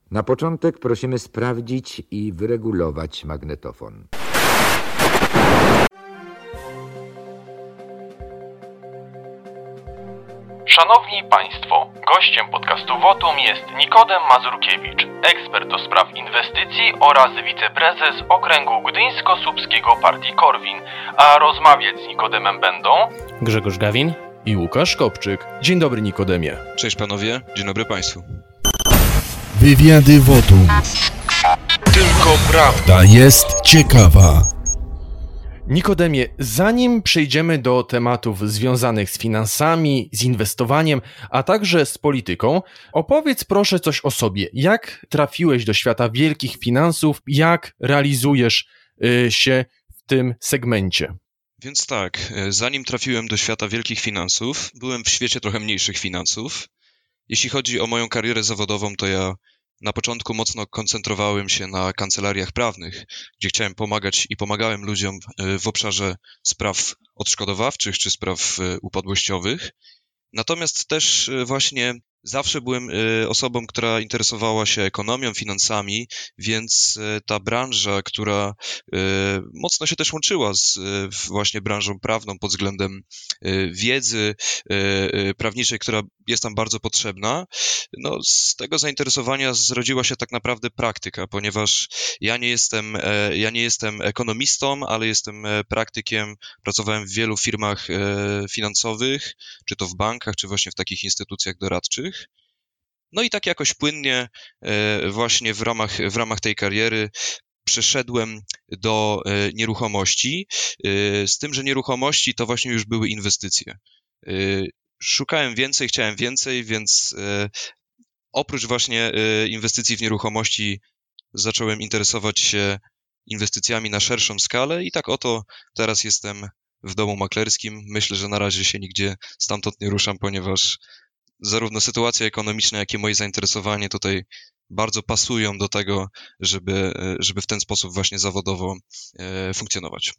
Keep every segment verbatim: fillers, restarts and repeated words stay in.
Na początek prosimy sprawdzić i wyregulować magnetofon. Szanowni Państwo, gościem podcastu Votum jest Nikodem Mazurkiewicz, ekspert do spraw inwestycji oraz wiceprezes okręgu gdyńsko-słupskiego partii Korwin, a rozmawiać z Nikodemem będą Grzegorz Gawin i Łukasz Kopczyk. Dzień dobry, Nikodemie. Cześć panowie, dzień dobry państwu. Wywiady Votum. Tylko prawda jest ciekawa. Nikodemie, zanim przejdziemy do tematów związanych z finansami, z inwestowaniem, a także z polityką, opowiedz proszę coś o sobie. Jak trafiłeś do świata wielkich finansów? Jak realizujesz y, się w tym segmencie? Więc tak, zanim trafiłem do świata wielkich finansów, byłem w świecie trochę mniejszych finansów. Jeśli chodzi o moją karierę zawodową, to ja na początku mocno koncentrowałem się na kancelariach prawnych, gdzie chciałem pomagać i pomagałem ludziom w obszarze spraw odszkodowawczych czy spraw upadłościowych. Natomiast też właśnie zawsze byłem osobą, która interesowała się ekonomią, finansami, więc ta branża, która mocno się też łączyła z właśnie branżą prawną pod względem wiedzy prawniczej, która jest tam bardzo potrzebna, no z tego zainteresowania zrodziła się tak naprawdę praktyka, ponieważ ja nie jestem, ja nie jestem ekonomistą, ale jestem praktykiem, pracowałem w wielu firmach finansowych, czy to w bankach, czy właśnie w takich instytucjach doradczych. No i tak jakoś płynnie właśnie w ramach, w ramach tej kariery przeszedłem do nieruchomości, z tym, że nieruchomości to właśnie już były inwestycje. Szukałem więcej, chciałem więcej, więc oprócz właśnie inwestycji w nieruchomości zacząłem interesować się inwestycjami na szerszą skalę i tak oto teraz jestem w domu maklerskim. Myślę, że na razie się nigdzie stamtąd nie ruszam, ponieważ zarówno sytuacja ekonomiczna, jak i moje zainteresowanie tutaj bardzo pasują do tego, żeby, żeby w ten sposób właśnie zawodowo e, funkcjonować.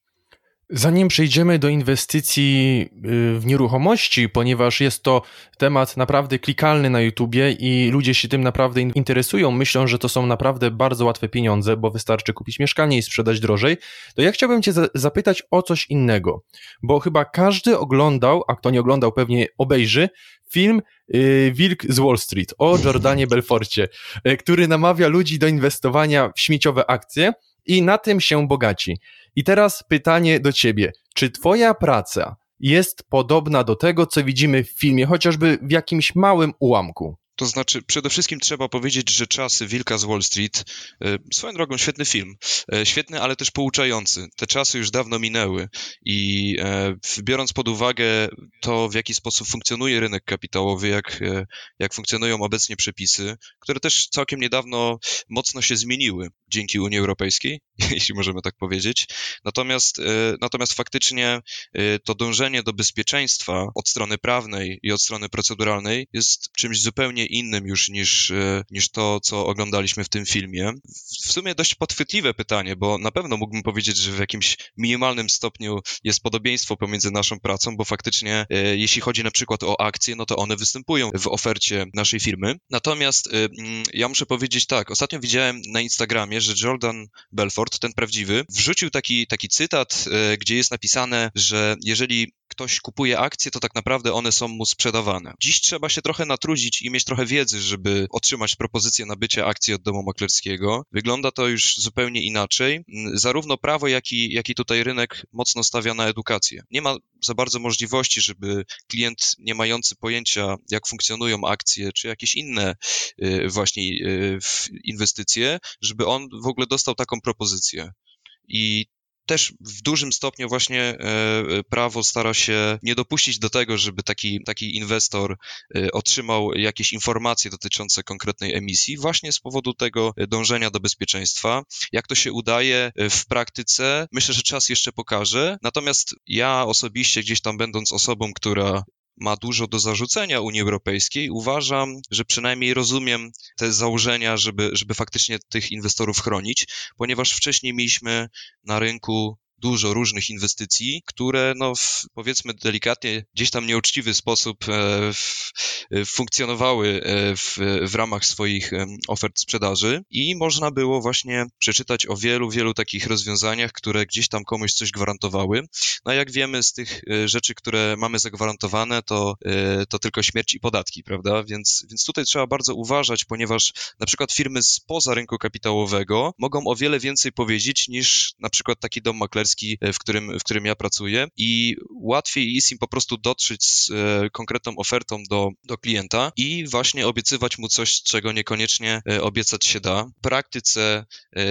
Zanim przejdziemy do inwestycji w nieruchomości, ponieważ jest to temat naprawdę klikalny na YouTubie i ludzie się tym naprawdę interesują, myślą, że to są naprawdę bardzo łatwe pieniądze, bo wystarczy kupić mieszkanie i sprzedać drożej, to ja chciałbym cię zapytać o coś innego, bo chyba każdy oglądał, a kto nie oglądał pewnie obejrzy, film y, Wilk z Wall Street o Jordanie Belforcie, y, który namawia ludzi do inwestowania w śmieciowe akcje i na tym się bogaci. I teraz pytanie do ciebie. Czy twoja praca jest podobna do tego, co widzimy w filmie, chociażby w jakimś małym ułamku? To znaczy, przede wszystkim trzeba powiedzieć, że Czasy Wilka z Wall Street, swoją drogą świetny film, świetny, ale też pouczający. Te czasy już dawno minęły i biorąc pod uwagę to, w jaki sposób funkcjonuje rynek kapitałowy, jak, jak funkcjonują obecnie przepisy, które też całkiem niedawno mocno się zmieniły dzięki Unii Europejskiej, jeśli możemy tak powiedzieć. Natomiast, natomiast faktycznie to dążenie do bezpieczeństwa od strony prawnej i od strony proceduralnej jest czymś zupełnie innym już niż, niż to, co oglądaliśmy w tym filmie. W sumie dość podchwytliwe pytanie, bo na pewno mógłbym powiedzieć, że w jakimś minimalnym stopniu jest podobieństwo pomiędzy naszą pracą, bo faktycznie jeśli chodzi na przykład o akcje, no to one występują w ofercie naszej firmy. Natomiast ja muszę powiedzieć tak, ostatnio widziałem na Instagramie, że Jordan Belfort, ten prawdziwy, wrzucił taki, taki cytat, gdzie jest napisane, że jeżeli ktoś kupuje akcje, to tak naprawdę one są mu sprzedawane. Dziś trzeba się trochę natrudzić i mieć trochę wiedzy, żeby otrzymać propozycję nabycia akcji od domu maklerskiego. Wygląda to już zupełnie inaczej. Zarówno prawo, jak i, jak i tutaj rynek mocno stawia na edukację. Nie ma za bardzo możliwości, żeby klient nie mający pojęcia, jak funkcjonują akcje, czy jakieś inne y, właśnie y, inwestycje, żeby on w ogóle dostał taką propozycję. I też w dużym stopniu właśnie e, prawo stara się nie dopuścić do tego, żeby taki, taki inwestor e, otrzymał jakieś informacje dotyczące konkretnej emisji właśnie z powodu tego dążenia do bezpieczeństwa. Jak to się udaje w praktyce, myślę, że czas jeszcze pokaże. Natomiast ja osobiście gdzieś tam będąc osobą, która ma dużo do zarzucenia Unii Europejskiej, uważam, że przynajmniej rozumiem te założenia, żeby, żeby faktycznie tych inwestorów chronić, ponieważ wcześniej mieliśmy na rynku dużo różnych inwestycji, które no w, powiedzmy delikatnie gdzieś tam nieuczciwy sposób e, w, funkcjonowały w, w ramach swoich ofert sprzedaży i można było właśnie przeczytać o wielu, wielu takich rozwiązaniach, które gdzieś tam komuś coś gwarantowały. No a jak wiemy z tych rzeczy, które mamy zagwarantowane, to, to tylko śmierć i podatki, prawda? Więc, więc tutaj trzeba bardzo uważać, ponieważ na przykład firmy spoza rynku kapitałowego mogą o wiele więcej powiedzieć niż na przykład taki dom maklerski, w którym, w którym ja pracuję i łatwiej jest im po prostu dotrzeć z konkretną ofertą do, do klienta i właśnie obiecywać mu coś, czego niekoniecznie obiecać się da. W praktyce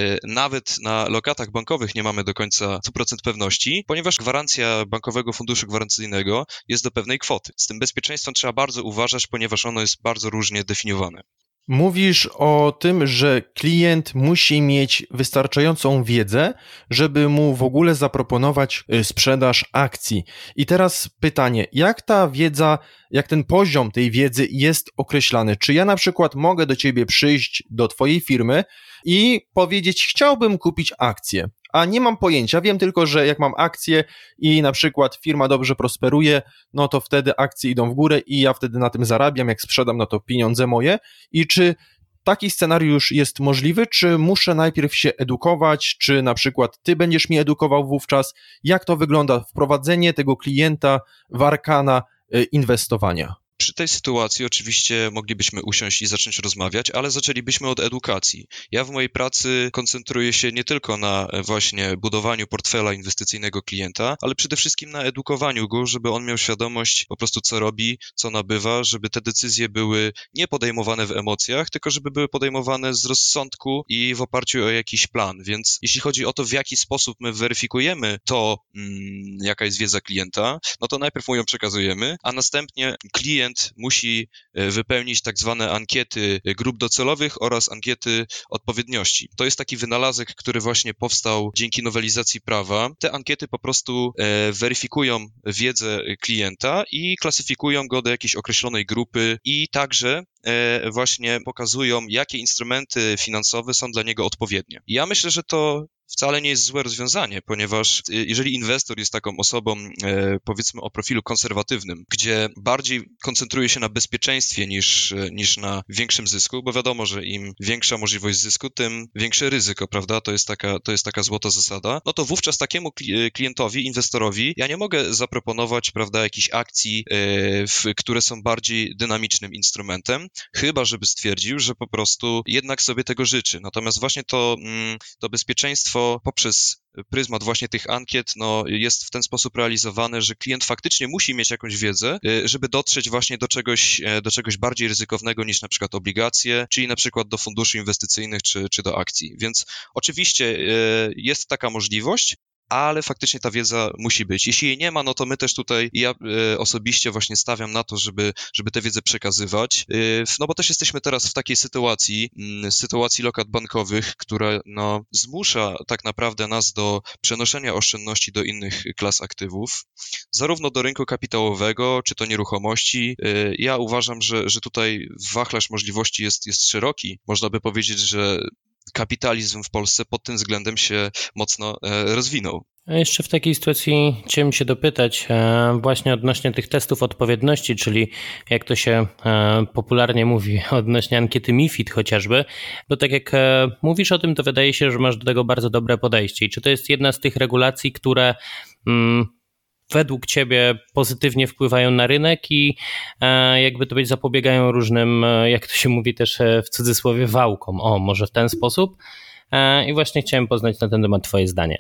nawet na lokatach bankowych nie mamy do końca stu procent pewności, ponieważ gwarancja Bankowego Funduszu Gwarancyjnego jest do pewnej kwoty. Z tym bezpieczeństwem trzeba bardzo uważać, ponieważ ono jest bardzo różnie definiowane. Mówisz o tym, że klient musi mieć wystarczającą wiedzę, żeby mu w ogóle zaproponować sprzedaż akcji. I teraz pytanie, jak ta wiedza, jak ten poziom tej wiedzy jest określany? Czy ja na przykład mogę do ciebie przyjść, do twojej firmy i powiedzieć, chciałbym kupić akcję, a nie mam pojęcia, wiem tylko, że jak mam akcję i na przykład firma dobrze prosperuje, no to wtedy akcje idą w górę i ja wtedy na tym zarabiam, jak sprzedam, no to pieniądze moje. I czy taki scenariusz jest możliwy, czy muszę najpierw się edukować, czy na przykład ty będziesz mnie edukował wówczas, jak to wygląda wprowadzenie tego klienta w arkana inwestowania? Przy tej sytuacji oczywiście moglibyśmy usiąść i zacząć rozmawiać, ale zaczęlibyśmy od edukacji. Ja w mojej pracy koncentruję się nie tylko na właśnie budowaniu portfela inwestycyjnego klienta, ale przede wszystkim na edukowaniu go, żeby on miał świadomość po prostu co robi, co nabywa, żeby te decyzje były nie podejmowane w emocjach, tylko żeby były podejmowane z rozsądku i w oparciu o jakiś plan. Więc jeśli chodzi o to, w jaki sposób my weryfikujemy to, mm, jaka jest wiedza klienta, no to najpierw mu ją przekazujemy, a następnie klient musi wypełnić tak zwane ankiety grup docelowych oraz ankiety odpowiedniości. To jest taki wynalazek, który właśnie powstał dzięki nowelizacji prawa. Te ankiety po prostu weryfikują wiedzę klienta i klasyfikują go do jakiejś określonej grupy i także właśnie pokazują, jakie instrumenty finansowe są dla niego odpowiednie. Ja myślę, że to wcale nie jest złe rozwiązanie, ponieważ jeżeli inwestor jest taką osobą, e, powiedzmy o profilu konserwatywnym, gdzie bardziej koncentruje się na bezpieczeństwie niż, niż na większym zysku, bo wiadomo, że im większa możliwość zysku, tym większe ryzyko, prawda? To jest taka, to jest taka złota zasada. No to wówczas takiemu klientowi, inwestorowi, ja nie mogę zaproponować, prawda, jakichś akcji, e, w, które są bardziej dynamicznym instrumentem, chyba żeby stwierdził, że po prostu jednak sobie tego życzy. Natomiast właśnie to, mm, to bezpieczeństwo poprzez pryzmat właśnie tych ankiet no, jest w ten sposób realizowane, że klient faktycznie musi mieć jakąś wiedzę, żeby dotrzeć właśnie do czegoś, do czegoś bardziej ryzykownego niż na przykład obligacje, czyli na przykład do funduszy inwestycyjnych czy, czy do akcji. Więc oczywiście jest taka możliwość, ale faktycznie ta wiedza musi być. Jeśli jej nie ma, no to my też tutaj, ja e, osobiście właśnie stawiam na to, żeby, żeby tę wiedzę przekazywać, e, no bo też jesteśmy teraz w takiej sytuacji, m, sytuacji lokat bankowych, która no, zmusza tak naprawdę nas do przenoszenia oszczędności do innych klas aktywów, zarówno do rynku kapitałowego, czy to nieruchomości. E, ja uważam, że, że tutaj wachlarz możliwości jest, jest szeroki. Można by powiedzieć, że kapitalizm w Polsce pod tym względem się mocno e, rozwinął. A jeszcze w takiej sytuacji chciałem się dopytać e, właśnie odnośnie tych testów odpowiedności, czyli jak to się e, popularnie mówi odnośnie ankiety MiFID chociażby, bo tak jak e, mówisz o tym, to wydaje się, że masz do tego bardzo dobre podejście. I czy to jest jedna z tych regulacji, które mm, według ciebie pozytywnie wpływają na rynek i e, jakby to być zapobiegają różnym, e, jak to się mówi też e, w cudzysłowie, wałkom. O, może w ten sposób? E, I właśnie chciałem poznać na ten temat twoje zdanie.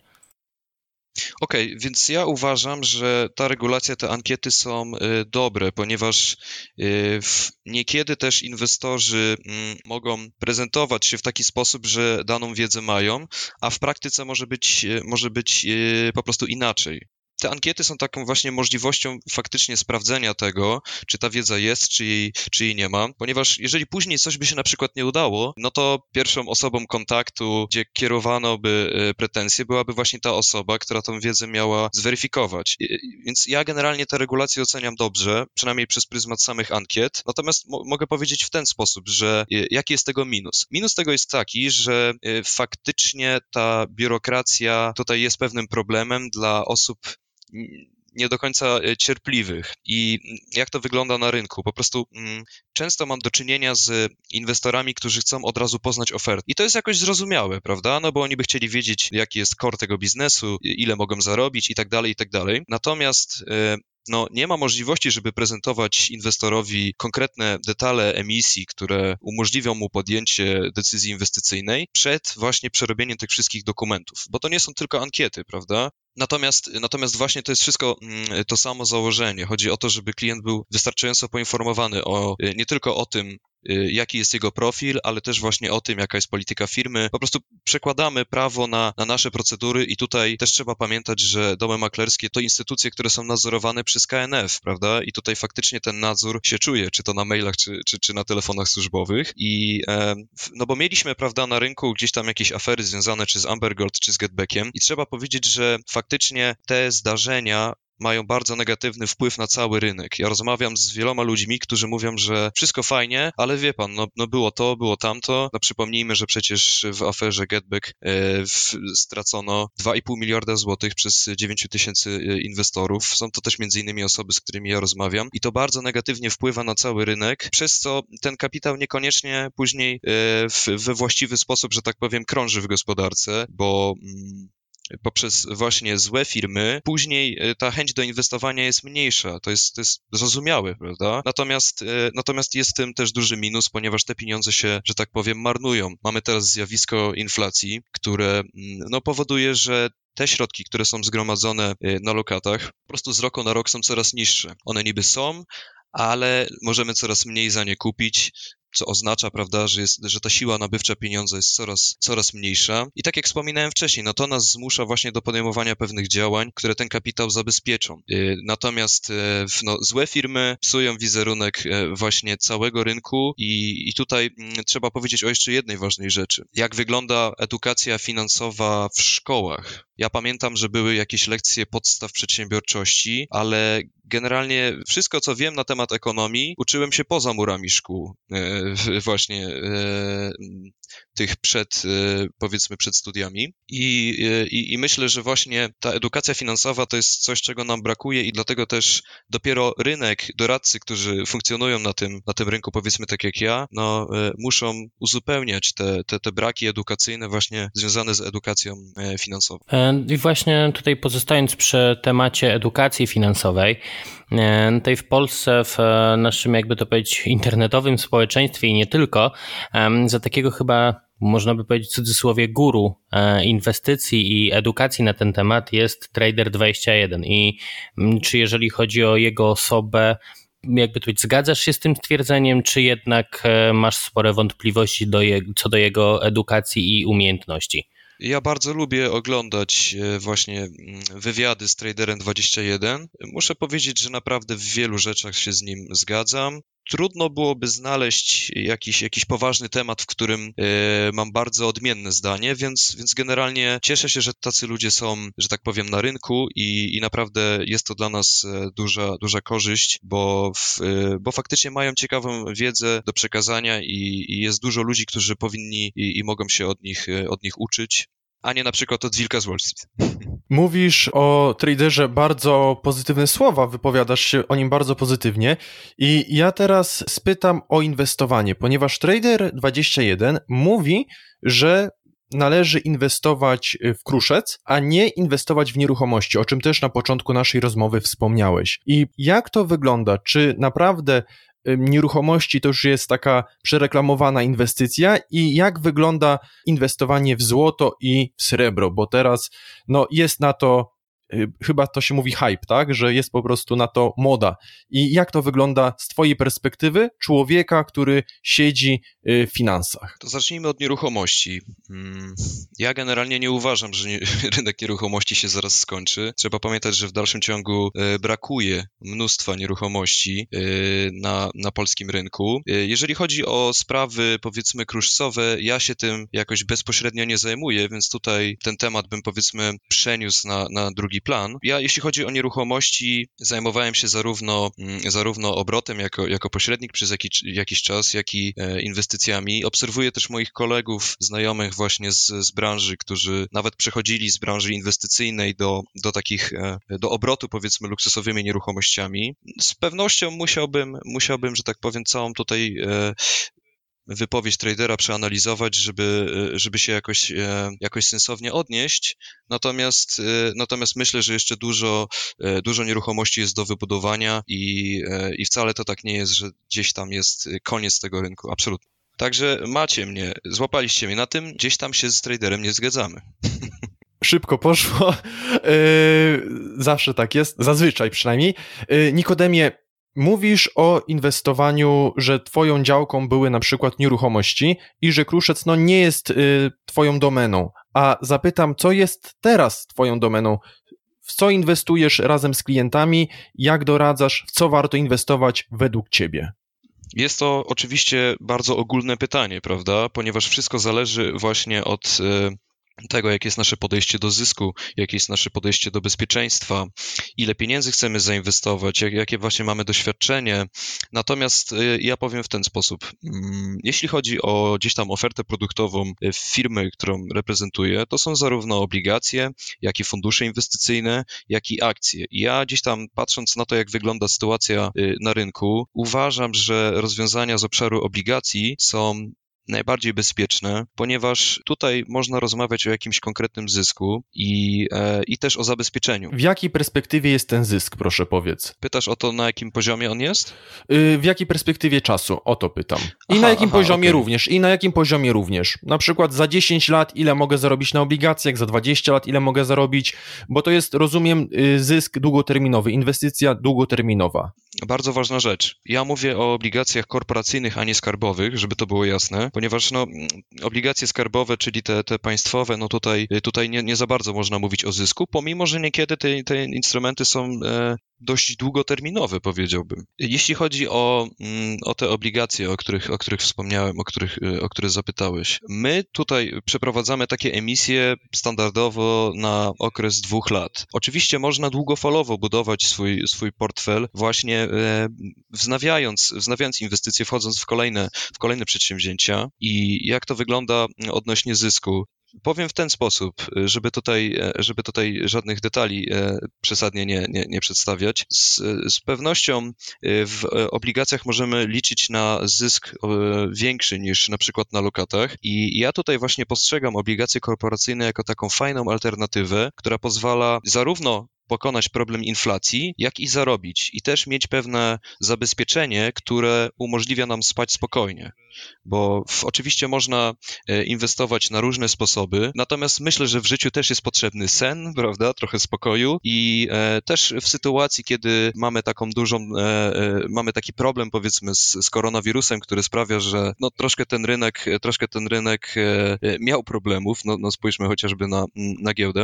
Okej, okay, więc ja uważam, że ta regulacja, te ankiety są y, dobre, ponieważ y, w, niekiedy też inwestorzy y, mogą prezentować się w taki sposób, że daną wiedzę mają, a w praktyce może być, y, może być y, po prostu inaczej. te ankiety są taką właśnie możliwością faktycznie sprawdzenia tego, czy ta wiedza jest, czy jej, czy jej nie ma, ponieważ jeżeli później coś by się na przykład nie udało, no to pierwszą osobą kontaktu, gdzie kierowano by pretensje, byłaby właśnie ta osoba, która tą wiedzę miała zweryfikować. Więc ja generalnie te regulacje oceniam dobrze, przynajmniej przez pryzmat samych ankiet, natomiast mo- mogę powiedzieć w ten sposób, że jaki jest tego minus? Minus tego jest taki, że faktycznie ta biurokracja tutaj jest pewnym problemem dla osób nie do końca cierpliwych. I jak to wygląda na rynku? Po prostu mm, często mam do czynienia z inwestorami, którzy chcą od razu poznać ofertę. I to jest jakoś zrozumiałe, prawda? No bo oni by chcieli wiedzieć, jaki jest core tego biznesu, ile mogą zarobić i tak dalej, i tak dalej. Natomiast y, no, nie ma możliwości, żeby prezentować inwestorowi konkretne detale emisji, które umożliwią mu podjęcie decyzji inwestycyjnej przed właśnie przerobieniem tych wszystkich dokumentów, bo to nie są tylko ankiety, prawda? Natomiast, natomiast właśnie to jest wszystko to samo założenie. Chodzi o to, żeby klient był wystarczająco poinformowany o, nie tylko o tym, jaki jest jego profil, ale też właśnie o tym, jaka jest polityka firmy. Po prostu przekładamy prawo na, na nasze procedury i tutaj też trzeba pamiętać, że domy maklerskie to instytucje, które są nadzorowane przez K N F, prawda? I tutaj faktycznie ten nadzór się czuje, czy to na mailach, czy, czy, czy na telefonach służbowych. I e, no bo mieliśmy, prawda, na rynku gdzieś tam jakieś afery związane czy z Amber Gold, czy z Getbackiem i trzeba powiedzieć, że faktycznie te zdarzenia mają bardzo negatywny wpływ na cały rynek. Ja rozmawiam z wieloma ludźmi, którzy mówią, że wszystko fajnie, ale wie pan, no, no było to, było tamto. No przypomnijmy, że przecież w aferze Getback e, w, stracono dwa i pół miliarda złotych przez dziewięć tysięcy inwestorów. Są to też między innymi osoby, z którymi ja rozmawiam i to bardzo negatywnie wpływa na cały rynek, przez co ten kapitał niekoniecznie później e, w, we właściwy sposób, że tak powiem, krąży w gospodarce, bo mm, poprzez właśnie złe firmy, później ta chęć do inwestowania jest mniejsza. To jest, to jest zrozumiałe, prawda? Natomiast, natomiast jest w tym też duży minus, ponieważ te pieniądze się, że tak powiem, marnują. Mamy teraz zjawisko inflacji, które no, powoduje, że te środki, które są zgromadzone na lokatach, po prostu z roku na rok są coraz niższe. One niby są, ale możemy coraz mniej za nie kupić, co oznacza, prawda, że, jest, że ta siła nabywcza pieniądza jest coraz, coraz mniejsza. I tak jak wspominałem wcześniej, no to nas zmusza właśnie do podejmowania pewnych działań, które ten kapitał zabezpieczą. Natomiast no, złe firmy psują wizerunek właśnie całego rynku i, i tutaj trzeba powiedzieć o jeszcze jednej ważnej rzeczy. Jak wygląda edukacja finansowa w szkołach? Ja pamiętam, że były jakieś lekcje podstaw przedsiębiorczości, ale generalnie wszystko, co wiem na temat ekonomii, uczyłem się poza murami szkół, e, właśnie e, tych przed, e, powiedzmy, przed studiami. I, i, I myślę, że właśnie ta edukacja finansowa to jest coś, czego nam brakuje i dlatego też dopiero rynek, doradcy, którzy funkcjonują na tym, na tym rynku, powiedzmy tak jak ja, no, e, muszą uzupełniać te, te, te braki edukacyjne właśnie związane z edukacją e, finansową. I właśnie tutaj pozostając przy temacie edukacji finansowej, tutaj w Polsce, w naszym, jakby to powiedzieć, internetowym społeczeństwie i nie tylko, za takiego chyba, można by powiedzieć w cudzysłowie, guru inwestycji i edukacji na ten temat jest Trader dwadzieścia jeden. I czy jeżeli chodzi o jego osobę, jakby to powiedzieć, zgadzasz się z tym stwierdzeniem, czy jednak masz spore wątpliwości do je, co do jego edukacji i umiejętności? Ja bardzo lubię oglądać właśnie wywiady z Traderem dwadzieścia jeden. Muszę powiedzieć, że naprawdę w wielu rzeczach się z nim zgadzam. Trudno byłoby znaleźć jakiś, jakiś poważny temat, w którym e, mam bardzo odmienne zdanie, więc, więc generalnie cieszę się, że tacy ludzie są, że tak powiem, na rynku i, i naprawdę jest to dla nas duża, duża korzyść, bo, w, e, bo faktycznie mają ciekawą wiedzę do przekazania i, i jest dużo ludzi, którzy powinni i, i mogą się od nich, od nich uczyć, a nie na przykład od wilka z Wall Street. Mówisz o traderze bardzo pozytywne słowa, wypowiadasz się o nim bardzo pozytywnie i ja teraz spytam o inwestowanie, ponieważ Trader dwadzieścia jeden mówi, że należy inwestować w kruszec, a nie inwestować w nieruchomości, o czym też na początku naszej rozmowy wspomniałeś. I jak to wygląda? Czy naprawdę nieruchomości to już jest taka przereklamowana inwestycja i jak wygląda inwestowanie w złoto i w srebro, bo teraz no, jest na to, chyba to się mówi hype, tak, że jest po prostu na to moda. I jak to wygląda z twojej perspektywy człowieka, który siedzi w finansach. To zacznijmy od nieruchomości. Ja generalnie nie uważam, że nie, rynek nieruchomości się zaraz skończy. Trzeba pamiętać, że w dalszym ciągu brakuje mnóstwa nieruchomości na, na polskim rynku. Jeżeli chodzi o sprawy, powiedzmy, kruszcowe, ja się tym jakoś bezpośrednio nie zajmuję, więc tutaj ten temat bym, powiedzmy, przeniósł na, na drugi plan. Ja, jeśli chodzi o nieruchomości, zajmowałem się zarówno, zarówno obrotem jako, jako pośrednik przez jakiś, jakiś czas, jak i inwestycjami. Obserwuję też moich kolegów, znajomych właśnie z, z branży, którzy nawet przechodzili z branży inwestycyjnej do, do takich, do obrotu, powiedzmy, luksusowymi nieruchomościami. Z pewnością musiałbym, musiałbym, że tak powiem, całą tutaj wypowiedź tradera przeanalizować, żeby, żeby się jakoś, jakoś sensownie odnieść. Natomiast, natomiast myślę, że jeszcze dużo, dużo nieruchomości jest do wybudowania i, i wcale to tak nie jest, że gdzieś tam jest koniec tego rynku. Absolutnie. Także macie mnie, złapaliście mnie na tym, gdzieś tam się z traderem nie zgadzamy. Szybko poszło. Yy, zawsze tak jest, zazwyczaj przynajmniej. Yy, Nikodemie, mówisz o inwestowaniu, że twoją działką były na przykład nieruchomości i że Kruszec no, nie jest y, twoją domeną, a zapytam, co jest teraz twoją domeną? W co inwestujesz razem z klientami? Jak doradzasz? W co warto inwestować według ciebie? Jest to oczywiście bardzo ogólne pytanie, prawda? Ponieważ wszystko zależy właśnie od y, tego, jakie jest nasze podejście do zysku, jakie jest nasze podejście do bezpieczeństwa, ile pieniędzy chcemy zainwestować, jak, jakie właśnie mamy doświadczenie. Natomiast y, ja powiem w ten sposób. Mm, jeśli chodzi o gdzieś tam ofertę produktową firmy, którą reprezentuję, to są zarówno obligacje, jak i fundusze inwestycyjne, jak i akcje. I ja gdzieś tam patrząc na to, jak wygląda sytuacja y, na rynku, uważam, że rozwiązania z obszaru obligacji są najbardziej bezpieczne, ponieważ tutaj można rozmawiać o jakimś konkretnym zysku i, e, i też o zabezpieczeniu. W jakiej perspektywie jest ten zysk, proszę powiedz? Pytasz o to, na jakim poziomie on jest? Yy, w jakiej perspektywie czasu? O to pytam. I aha, na jakim aha, poziomie okay. również, i na jakim poziomie również. Na przykład za dziesięć lat ile mogę zarobić na obligacjach, za dwadzieścia lat ile mogę zarobić, bo to jest, rozumiem, zysk długoterminowy, inwestycja długoterminowa. Bardzo ważna rzecz. Ja mówię o obligacjach korporacyjnych, a nie skarbowych, żeby to było jasne, ponieważ no, obligacje skarbowe, czyli te, te państwowe, no tutaj, tutaj nie, nie za bardzo można mówić o zysku, pomimo że niekiedy te, te instrumenty są e, dość długoterminowe, powiedziałbym. Jeśli chodzi o, o te obligacje, o których, o których wspomniałem, o których, o które zapytałeś, my tutaj przeprowadzamy takie emisje standardowo na okres dwóch lat. Oczywiście można długofalowo budować swój, swój portfel właśnie e, wznawiając, wznawiając inwestycje, wchodząc w kolejne, w kolejne przedsięwzięcia. I jak to wygląda odnośnie zysku? Powiem w ten sposób, żeby tutaj, żeby tutaj żadnych detali przesadnie nie, nie, nie przedstawiać. Z, z pewnością w obligacjach możemy liczyć na zysk większy niż na przykład na lokatach i ja tutaj właśnie postrzegam obligacje korporacyjne jako taką fajną alternatywę, która pozwala zarówno pokonać problem inflacji, jak i zarobić i też mieć pewne zabezpieczenie, które umożliwia nam spać spokojnie, bo w, oczywiście można e, inwestować na różne sposoby, natomiast myślę, że w życiu też jest potrzebny sen, prawda, trochę spokoju i e, też w sytuacji, kiedy mamy taką dużą, e, e, mamy taki problem powiedzmy z, z koronawirusem, który sprawia, że no troszkę ten rynek, troszkę ten rynek e, miał problemów, no, no spójrzmy chociażby na, na giełdę,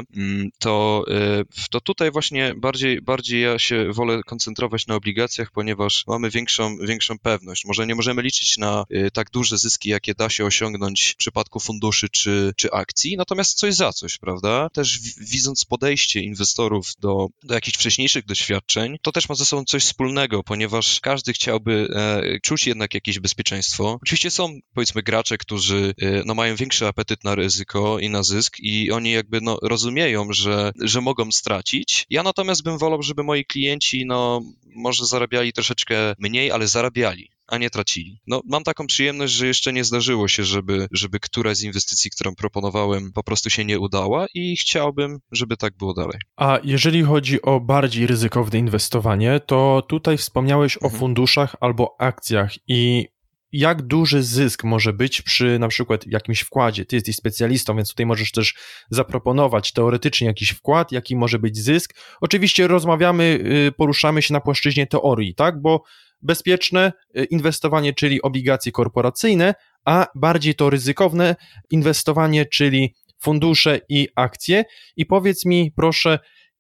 to, e, to tutaj właśnie bardziej, bardziej ja się wolę koncentrować na obligacjach, ponieważ mamy większą, większą pewność. Może nie możemy liczyć na y, tak duże zyski, jakie da się osiągnąć w przypadku funduszy czy, czy akcji, natomiast coś za coś, prawda? Też w, widząc podejście inwestorów do, do jakichś wcześniejszych doświadczeń, to też ma ze sobą coś wspólnego, ponieważ każdy chciałby e, czuć jednak jakieś bezpieczeństwo. Oczywiście są, powiedzmy, gracze, którzy e, no, mają większy apetyt na ryzyko i na zysk i oni jakby no, rozumieją, że, że mogą stracić. Ja natomiast bym wolał, żeby moi klienci, no, może zarabiali troszeczkę mniej, ale zarabiali, a nie tracili. No, mam taką przyjemność, że jeszcze nie zdarzyło się, żeby, żeby któraś z inwestycji, którą proponowałem, po prostu się nie udała i chciałbym, żeby tak było dalej. A jeżeli chodzi o bardziej ryzykowne inwestowanie, to tutaj wspomniałeś mhm. o funduszach albo akcjach i jak duży zysk może być przy na przykład jakimś wkładzie? Ty jesteś specjalistą, więc tutaj możesz też zaproponować teoretycznie jakiś wkład, jaki może być zysk. Oczywiście rozmawiamy, poruszamy się na płaszczyźnie teorii, tak? Bo bezpieczne inwestowanie, czyli obligacje korporacyjne, a bardziej to ryzykowne inwestowanie, czyli fundusze i akcje. I powiedz mi proszę,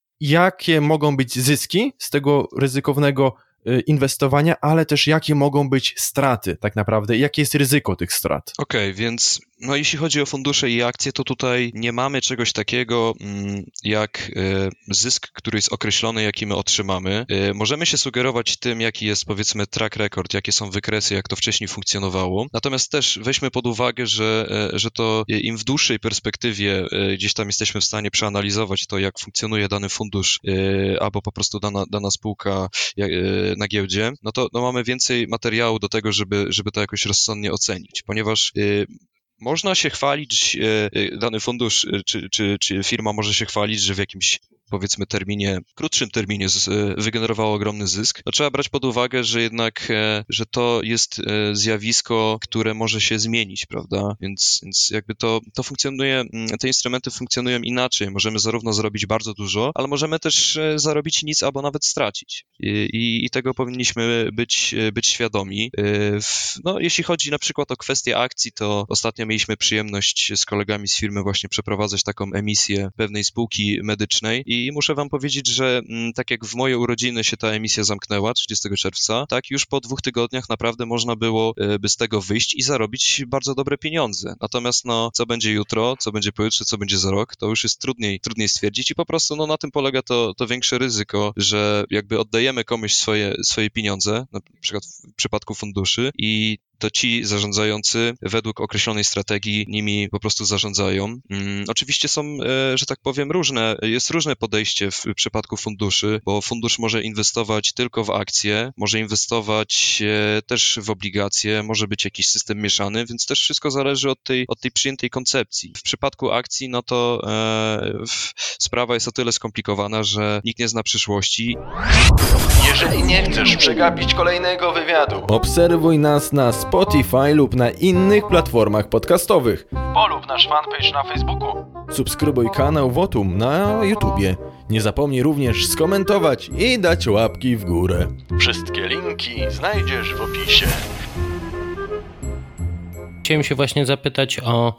jakie mogą być zyski z tego ryzykownego inwestowania, ale też jakie mogą być straty tak naprawdę, jakie jest ryzyko tych strat. Okej, okay, więc no jeśli chodzi o fundusze i akcje, to tutaj nie mamy czegoś takiego mm, jak y, zysk, który jest określony, jaki my otrzymamy. Y, możemy się sugerować tym, jaki jest powiedzmy track record, jakie są wykresy, jak to wcześniej funkcjonowało. Natomiast też weźmy pod uwagę, że, y, że to im w dłuższej perspektywie y, gdzieś tam jesteśmy w stanie przeanalizować to, jak funkcjonuje dany fundusz y, albo po prostu dana, dana spółka y, na giełdzie, no to no mamy więcej materiału do tego, żeby, żeby to jakoś rozsądnie ocenić, ponieważ y, można się chwalić, y, dany fundusz y, czy, czy, czy firma może się chwalić, że w jakimś powiedzmy terminie, krótszym terminie z, wygenerowało ogromny zysk, no trzeba brać pod uwagę, że jednak, e, że to jest e, zjawisko, które może się zmienić, prawda? Więc, więc jakby to, to funkcjonuje, te instrumenty funkcjonują inaczej. Możemy zarówno zarobić bardzo dużo, ale możemy też e, zarobić nic albo nawet stracić. I, i, i tego powinniśmy być, być świadomi. E, w, no, jeśli chodzi na przykład o kwestię akcji, to ostatnio mieliśmy przyjemność z kolegami z firmy właśnie przeprowadzać taką emisję pewnej spółki medycznej i muszę wam powiedzieć, że m, tak jak w moje urodziny się ta emisja zamknęła trzydziestego czerwca, tak już po dwóch tygodniach naprawdę można było e, by z tego wyjść i zarobić bardzo dobre pieniądze. Natomiast no, co będzie jutro, co będzie pojutrze, co będzie za rok, to już jest trudniej, trudniej stwierdzić i po prostu no, na tym polega to, to większe ryzyko, że jakby oddajemy komuś swoje, swoje pieniądze, na przykład w przypadku funduszy i to ci zarządzający według określonej strategii nimi po prostu zarządzają. Hmm, oczywiście są, e, że tak powiem, różne, jest różne podejście w przypadku funduszy, bo fundusz może inwestować tylko w akcje, może inwestować e, też w obligacje, może być jakiś system mieszany, więc też wszystko zależy od tej, od tej przyjętej koncepcji. W przypadku akcji, no to e, w, sprawa jest o tyle skomplikowana, że nikt nie zna przyszłości. Jeżeli nie chcesz przegapić kolejnego wywiadu, obserwuj nas na Spotify lub na innych platformach podcastowych. polub nasz fanpage na Facebooku. Subskrybuj kanał Votum na YouTubie. Nie zapomnij również skomentować i dać łapki w górę. Wszystkie linki znajdziesz w opisie. Chciałem się właśnie zapytać o,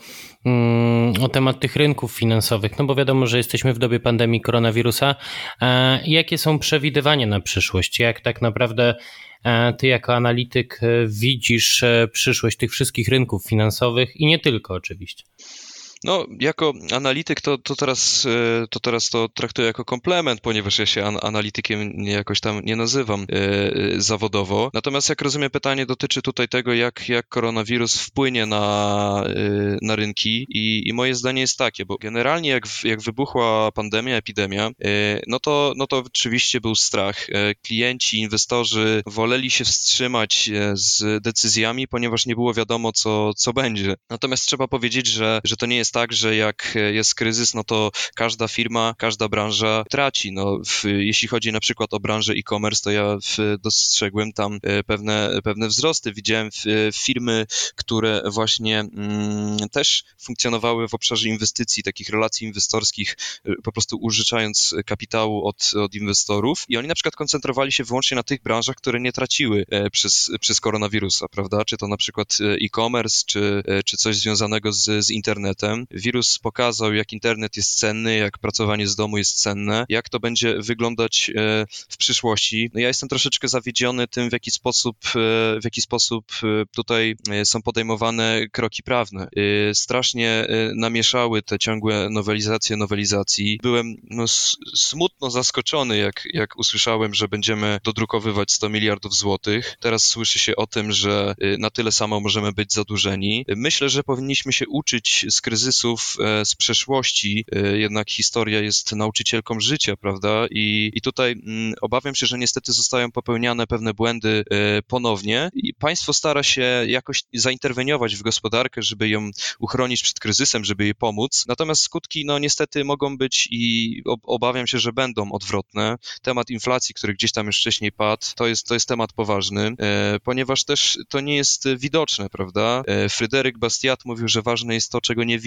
mm, o temat tych rynków finansowych, no bo wiadomo, że jesteśmy w dobie pandemii koronawirusa. E, jakie są przewidywania na przyszłość? Jak tak naprawdę e, ty jako analityk e, widzisz e, przyszłość tych wszystkich rynków finansowych i nie tylko oczywiście? No, jako analityk to, to, teraz, to teraz to traktuję jako komplement, ponieważ ja się an- analitykiem jakoś tam nie nazywam e, zawodowo. Natomiast jak rozumiem, pytanie dotyczy tutaj tego, jak, jak koronawirus wpłynie na, e, na rynki i, i moje zdanie jest takie, bo generalnie jak, w, jak wybuchła pandemia, epidemia, e, no, to, no to oczywiście był strach. E, klienci, inwestorzy woleli się wstrzymać z decyzjami, ponieważ nie było wiadomo, co, co będzie. Natomiast trzeba powiedzieć, że, że to nie jest tak, że jak jest kryzys, no to każda firma, każda branża traci. No, w, jeśli chodzi na przykład o branżę e-commerce, to ja w, dostrzegłem tam pewne, pewne wzrosty. Widziałem w, firmy, które właśnie mm, też funkcjonowały w obszarze inwestycji, takich relacji inwestorskich, po prostu użyczając kapitału od, od inwestorów i oni na przykład koncentrowali się wyłącznie na tych branżach, które nie traciły przez, przez koronawirusa, prawda? Czy to na przykład e-commerce, czy, czy coś związanego z, z internetem. Wirus pokazał, jak internet jest cenny, jak pracowanie z domu jest cenne, jak to będzie wyglądać w przyszłości. No ja jestem troszeczkę zawiedziony tym, w jaki sposób, w jaki sposób tutaj są podejmowane kroki prawne. Strasznie namieszały te ciągłe nowelizacje nowelizacji. Byłem no, smutno zaskoczony, jak, jak usłyszałem, że będziemy dodrukowywać sto miliardów złotych. Teraz słyszy się o tym, że na tyle samo możemy być zadłużeni. Myślę, że powinniśmy się uczyć z kryzysów z przeszłości, jednak historia jest nauczycielką życia, prawda? I, i tutaj m, obawiam się, że niestety zostają popełniane pewne błędy e, ponownie i państwo stara się jakoś zainterweniować w gospodarkę, żeby ją uchronić przed kryzysem, żeby jej pomóc. Natomiast skutki, no niestety mogą być i ob, obawiam się, że będą odwrotne. Temat inflacji, który gdzieś tam już wcześniej padł, to jest, to jest temat poważny, e, ponieważ też to nie jest widoczne, prawda? E, Fryderyk Bastiat mówił, że ważne jest to, czego nie widać.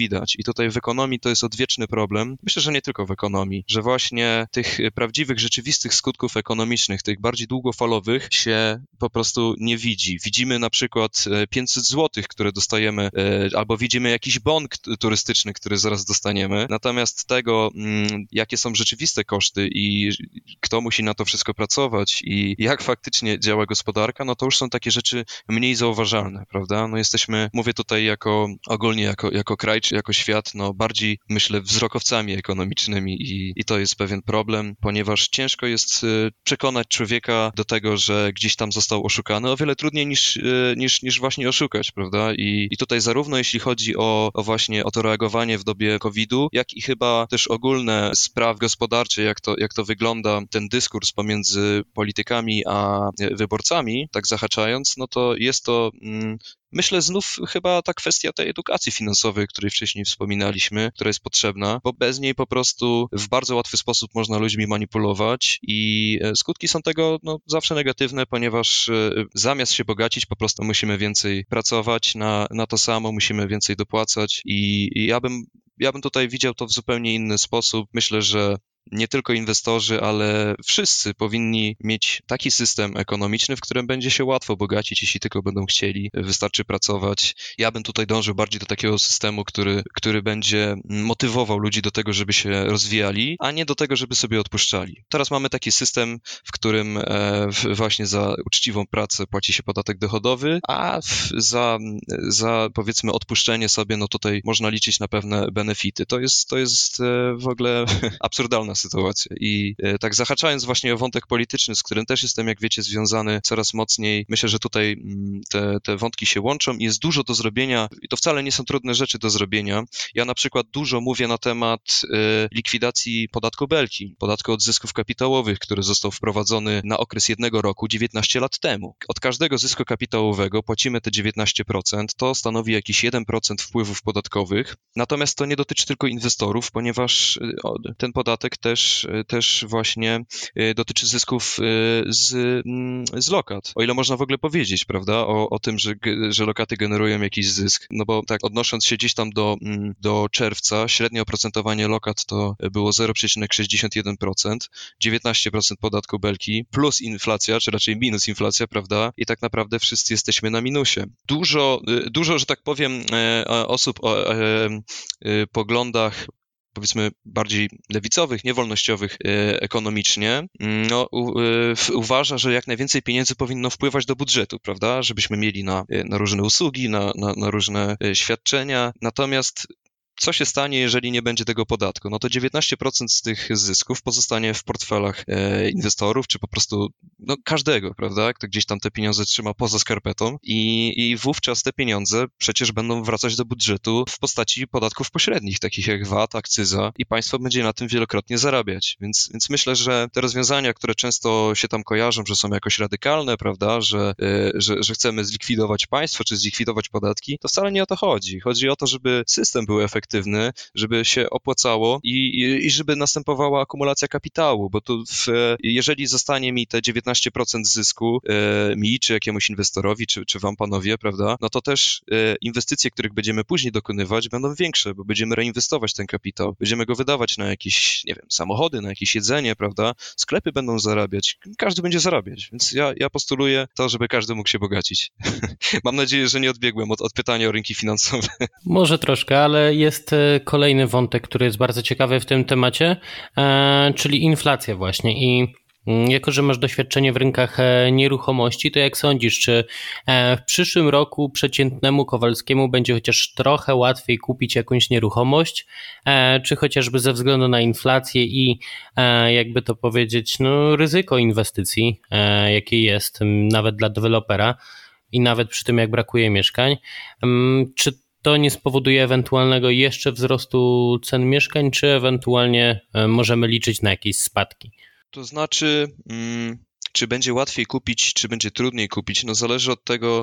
widać. I tutaj w ekonomii to jest odwieczny problem. Myślę, że nie tylko w ekonomii, że właśnie tych prawdziwych, rzeczywistych skutków ekonomicznych, tych bardziej długofalowych się po prostu nie widzi. Widzimy na przykład pięćset złotych, które dostajemy, albo widzimy jakiś bon turystyczny, który zaraz dostaniemy. Natomiast tego, jakie są rzeczywiste koszty i kto musi na to wszystko pracować i jak faktycznie działa gospodarka, no to już są takie rzeczy mniej zauważalne, prawda? No jesteśmy, mówię tutaj jako ogólnie jako, jako kraj, czy jako świat, no bardziej, myślę, wzrokowcami ekonomicznymi i, i to jest pewien problem, ponieważ ciężko jest przekonać człowieka do tego, że gdzieś tam został oszukany, o wiele trudniej niż, niż, niż właśnie oszukać, prawda? I, i tutaj zarówno jeśli chodzi o, o właśnie o to reagowanie w dobie kowida, jak i chyba też ogólne sprawy gospodarcze, jak to, jak to wygląda, ten dyskurs pomiędzy politykami a wyborcami, tak zahaczając, no to jest to, mm, myślę, znów chyba ta kwestia tej edukacji finansowej, o której wcześniej wspominaliśmy, która jest potrzebna, bo bez niej po prostu w bardzo łatwy sposób można ludźmi manipulować i skutki są tego no, zawsze negatywne, ponieważ zamiast się bogacić, po prostu musimy więcej pracować na, na to samo, musimy więcej dopłacać i, i ja bym, ja bym tutaj widział to w zupełnie inny sposób. Myślę, że nie tylko inwestorzy, ale wszyscy powinni mieć taki system ekonomiczny, w którym będzie się łatwo bogacić, jeśli tylko będą chcieli, wystarczy pracować. Ja bym tutaj dążył bardziej do takiego systemu, który, który będzie motywował ludzi do tego, żeby się rozwijali, a nie do tego, żeby sobie odpuszczali. Teraz mamy taki system, w którym e, właśnie za uczciwą pracę płaci się podatek dochodowy, a w, za, za powiedzmy odpuszczenie sobie, no tutaj można liczyć na pewne benefity. To jest, to jest e, w ogóle absurdalna sytuacja. I e, tak zahaczając właśnie o wątek polityczny, z którym też jestem, jak wiecie, związany coraz mocniej, myślę, że tutaj m, te, te wątki się łączą i jest dużo do zrobienia i to wcale nie są trudne rzeczy do zrobienia. Ja na przykład dużo mówię na temat e, likwidacji podatku Belki, podatku od zysków kapitałowych, który został wprowadzony na okres jednego roku, dziewiętnaście lat temu. Od każdego zysku kapitałowego płacimy te dziewiętnaście procent, to stanowi jakiś jeden procent wpływów podatkowych, natomiast to nie dotyczy tylko inwestorów, ponieważ e, ten podatek też, też właśnie dotyczy zysków z, z lokat. O ile można w ogóle powiedzieć, prawda, o, o tym, że, że lokaty generują jakiś zysk. No bo tak, odnosząc się gdzieś tam do, do czerwca, średnie oprocentowanie lokat to było zero przecinek sześćdziesiąt jeden procent, dziewiętnaście procent podatku Belki, plus inflacja, czy raczej minus inflacja, prawda, i tak naprawdę wszyscy jesteśmy na minusie. Dużo, dużo, że tak powiem, osób o, o, o poglądach powiedzmy bardziej lewicowych, niewolnościowych e, ekonomicznie, no, u, e, uważa, że jak najwięcej pieniędzy powinno wpływać do budżetu, prawda, żebyśmy mieli na, na różne usługi, na, na, na różne e, świadczenia, natomiast co się stanie, jeżeli nie będzie tego podatku? No to dziewiętnaście procent z tych zysków pozostanie w portfelach e, inwestorów, czy po prostu no, każdego, prawda? Kto gdzieś tam te pieniądze trzyma poza skarpetą i, i wówczas te pieniądze przecież będą wracać do budżetu w postaci podatków pośrednich, takich jak V A T, akcyza i państwo będzie na tym wielokrotnie zarabiać. Więc, więc myślę, że te rozwiązania, które często się tam kojarzą, że są jakoś radykalne, prawda? Że, e, że, że chcemy zlikwidować państwo, czy zlikwidować podatki, to wcale nie o to chodzi. Chodzi o to, żeby system był efektywny, żeby się opłacało i, i, i żeby następowała akumulacja kapitału, bo tu w, jeżeli zostanie mi te dziewiętnaście procent zysku e, mi, czy jakiemuś inwestorowi, czy, czy wam panowie, prawda, no to też e, inwestycje, których będziemy później dokonywać, będą większe, bo będziemy reinwestować ten kapitał, będziemy go wydawać na jakieś, nie wiem, samochody, na jakieś jedzenie, prawda, sklepy będą zarabiać, każdy będzie zarabiać, więc ja, ja postuluję to, żeby każdy mógł się bogacić. Mam nadzieję, że nie odbiegłem od, od pytania o rynki finansowe. Może troszkę, ale jest kolejny wątek, który jest bardzo ciekawy w tym temacie, czyli inflacja właśnie. I jako, że masz doświadczenie w rynkach nieruchomości, to jak sądzisz, czy w przyszłym roku przeciętnemu Kowalskiemu będzie chociaż trochę łatwiej kupić jakąś nieruchomość, czy chociażby ze względu na inflację i jakby to powiedzieć, no ryzyko inwestycji, jakie jest nawet dla dewelopera i nawet przy tym jak brakuje mieszkań, czy to nie spowoduje ewentualnego jeszcze wzrostu cen mieszkań, czy ewentualnie możemy liczyć na jakieś spadki? To znaczy, mm, czy będzie łatwiej kupić, czy będzie trudniej kupić, no zależy od tego,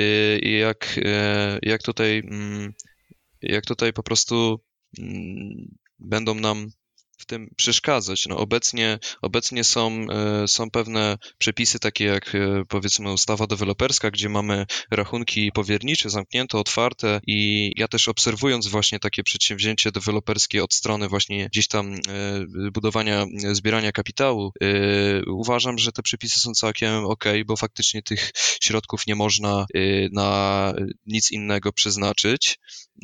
jak, jak tutaj, jak tutaj po prostu będą nam w tym przeszkadzać. No obecnie, obecnie są, są pewne przepisy takie jak powiedzmy ustawa deweloperska, gdzie mamy rachunki powiernicze, zamknięte, otwarte i ja też obserwując właśnie takie przedsięwzięcie deweloperskie od strony właśnie gdzieś tam budowania, zbierania kapitału, uważam, że te przepisy są całkiem okej, bo faktycznie tych środków nie można na nic innego przeznaczyć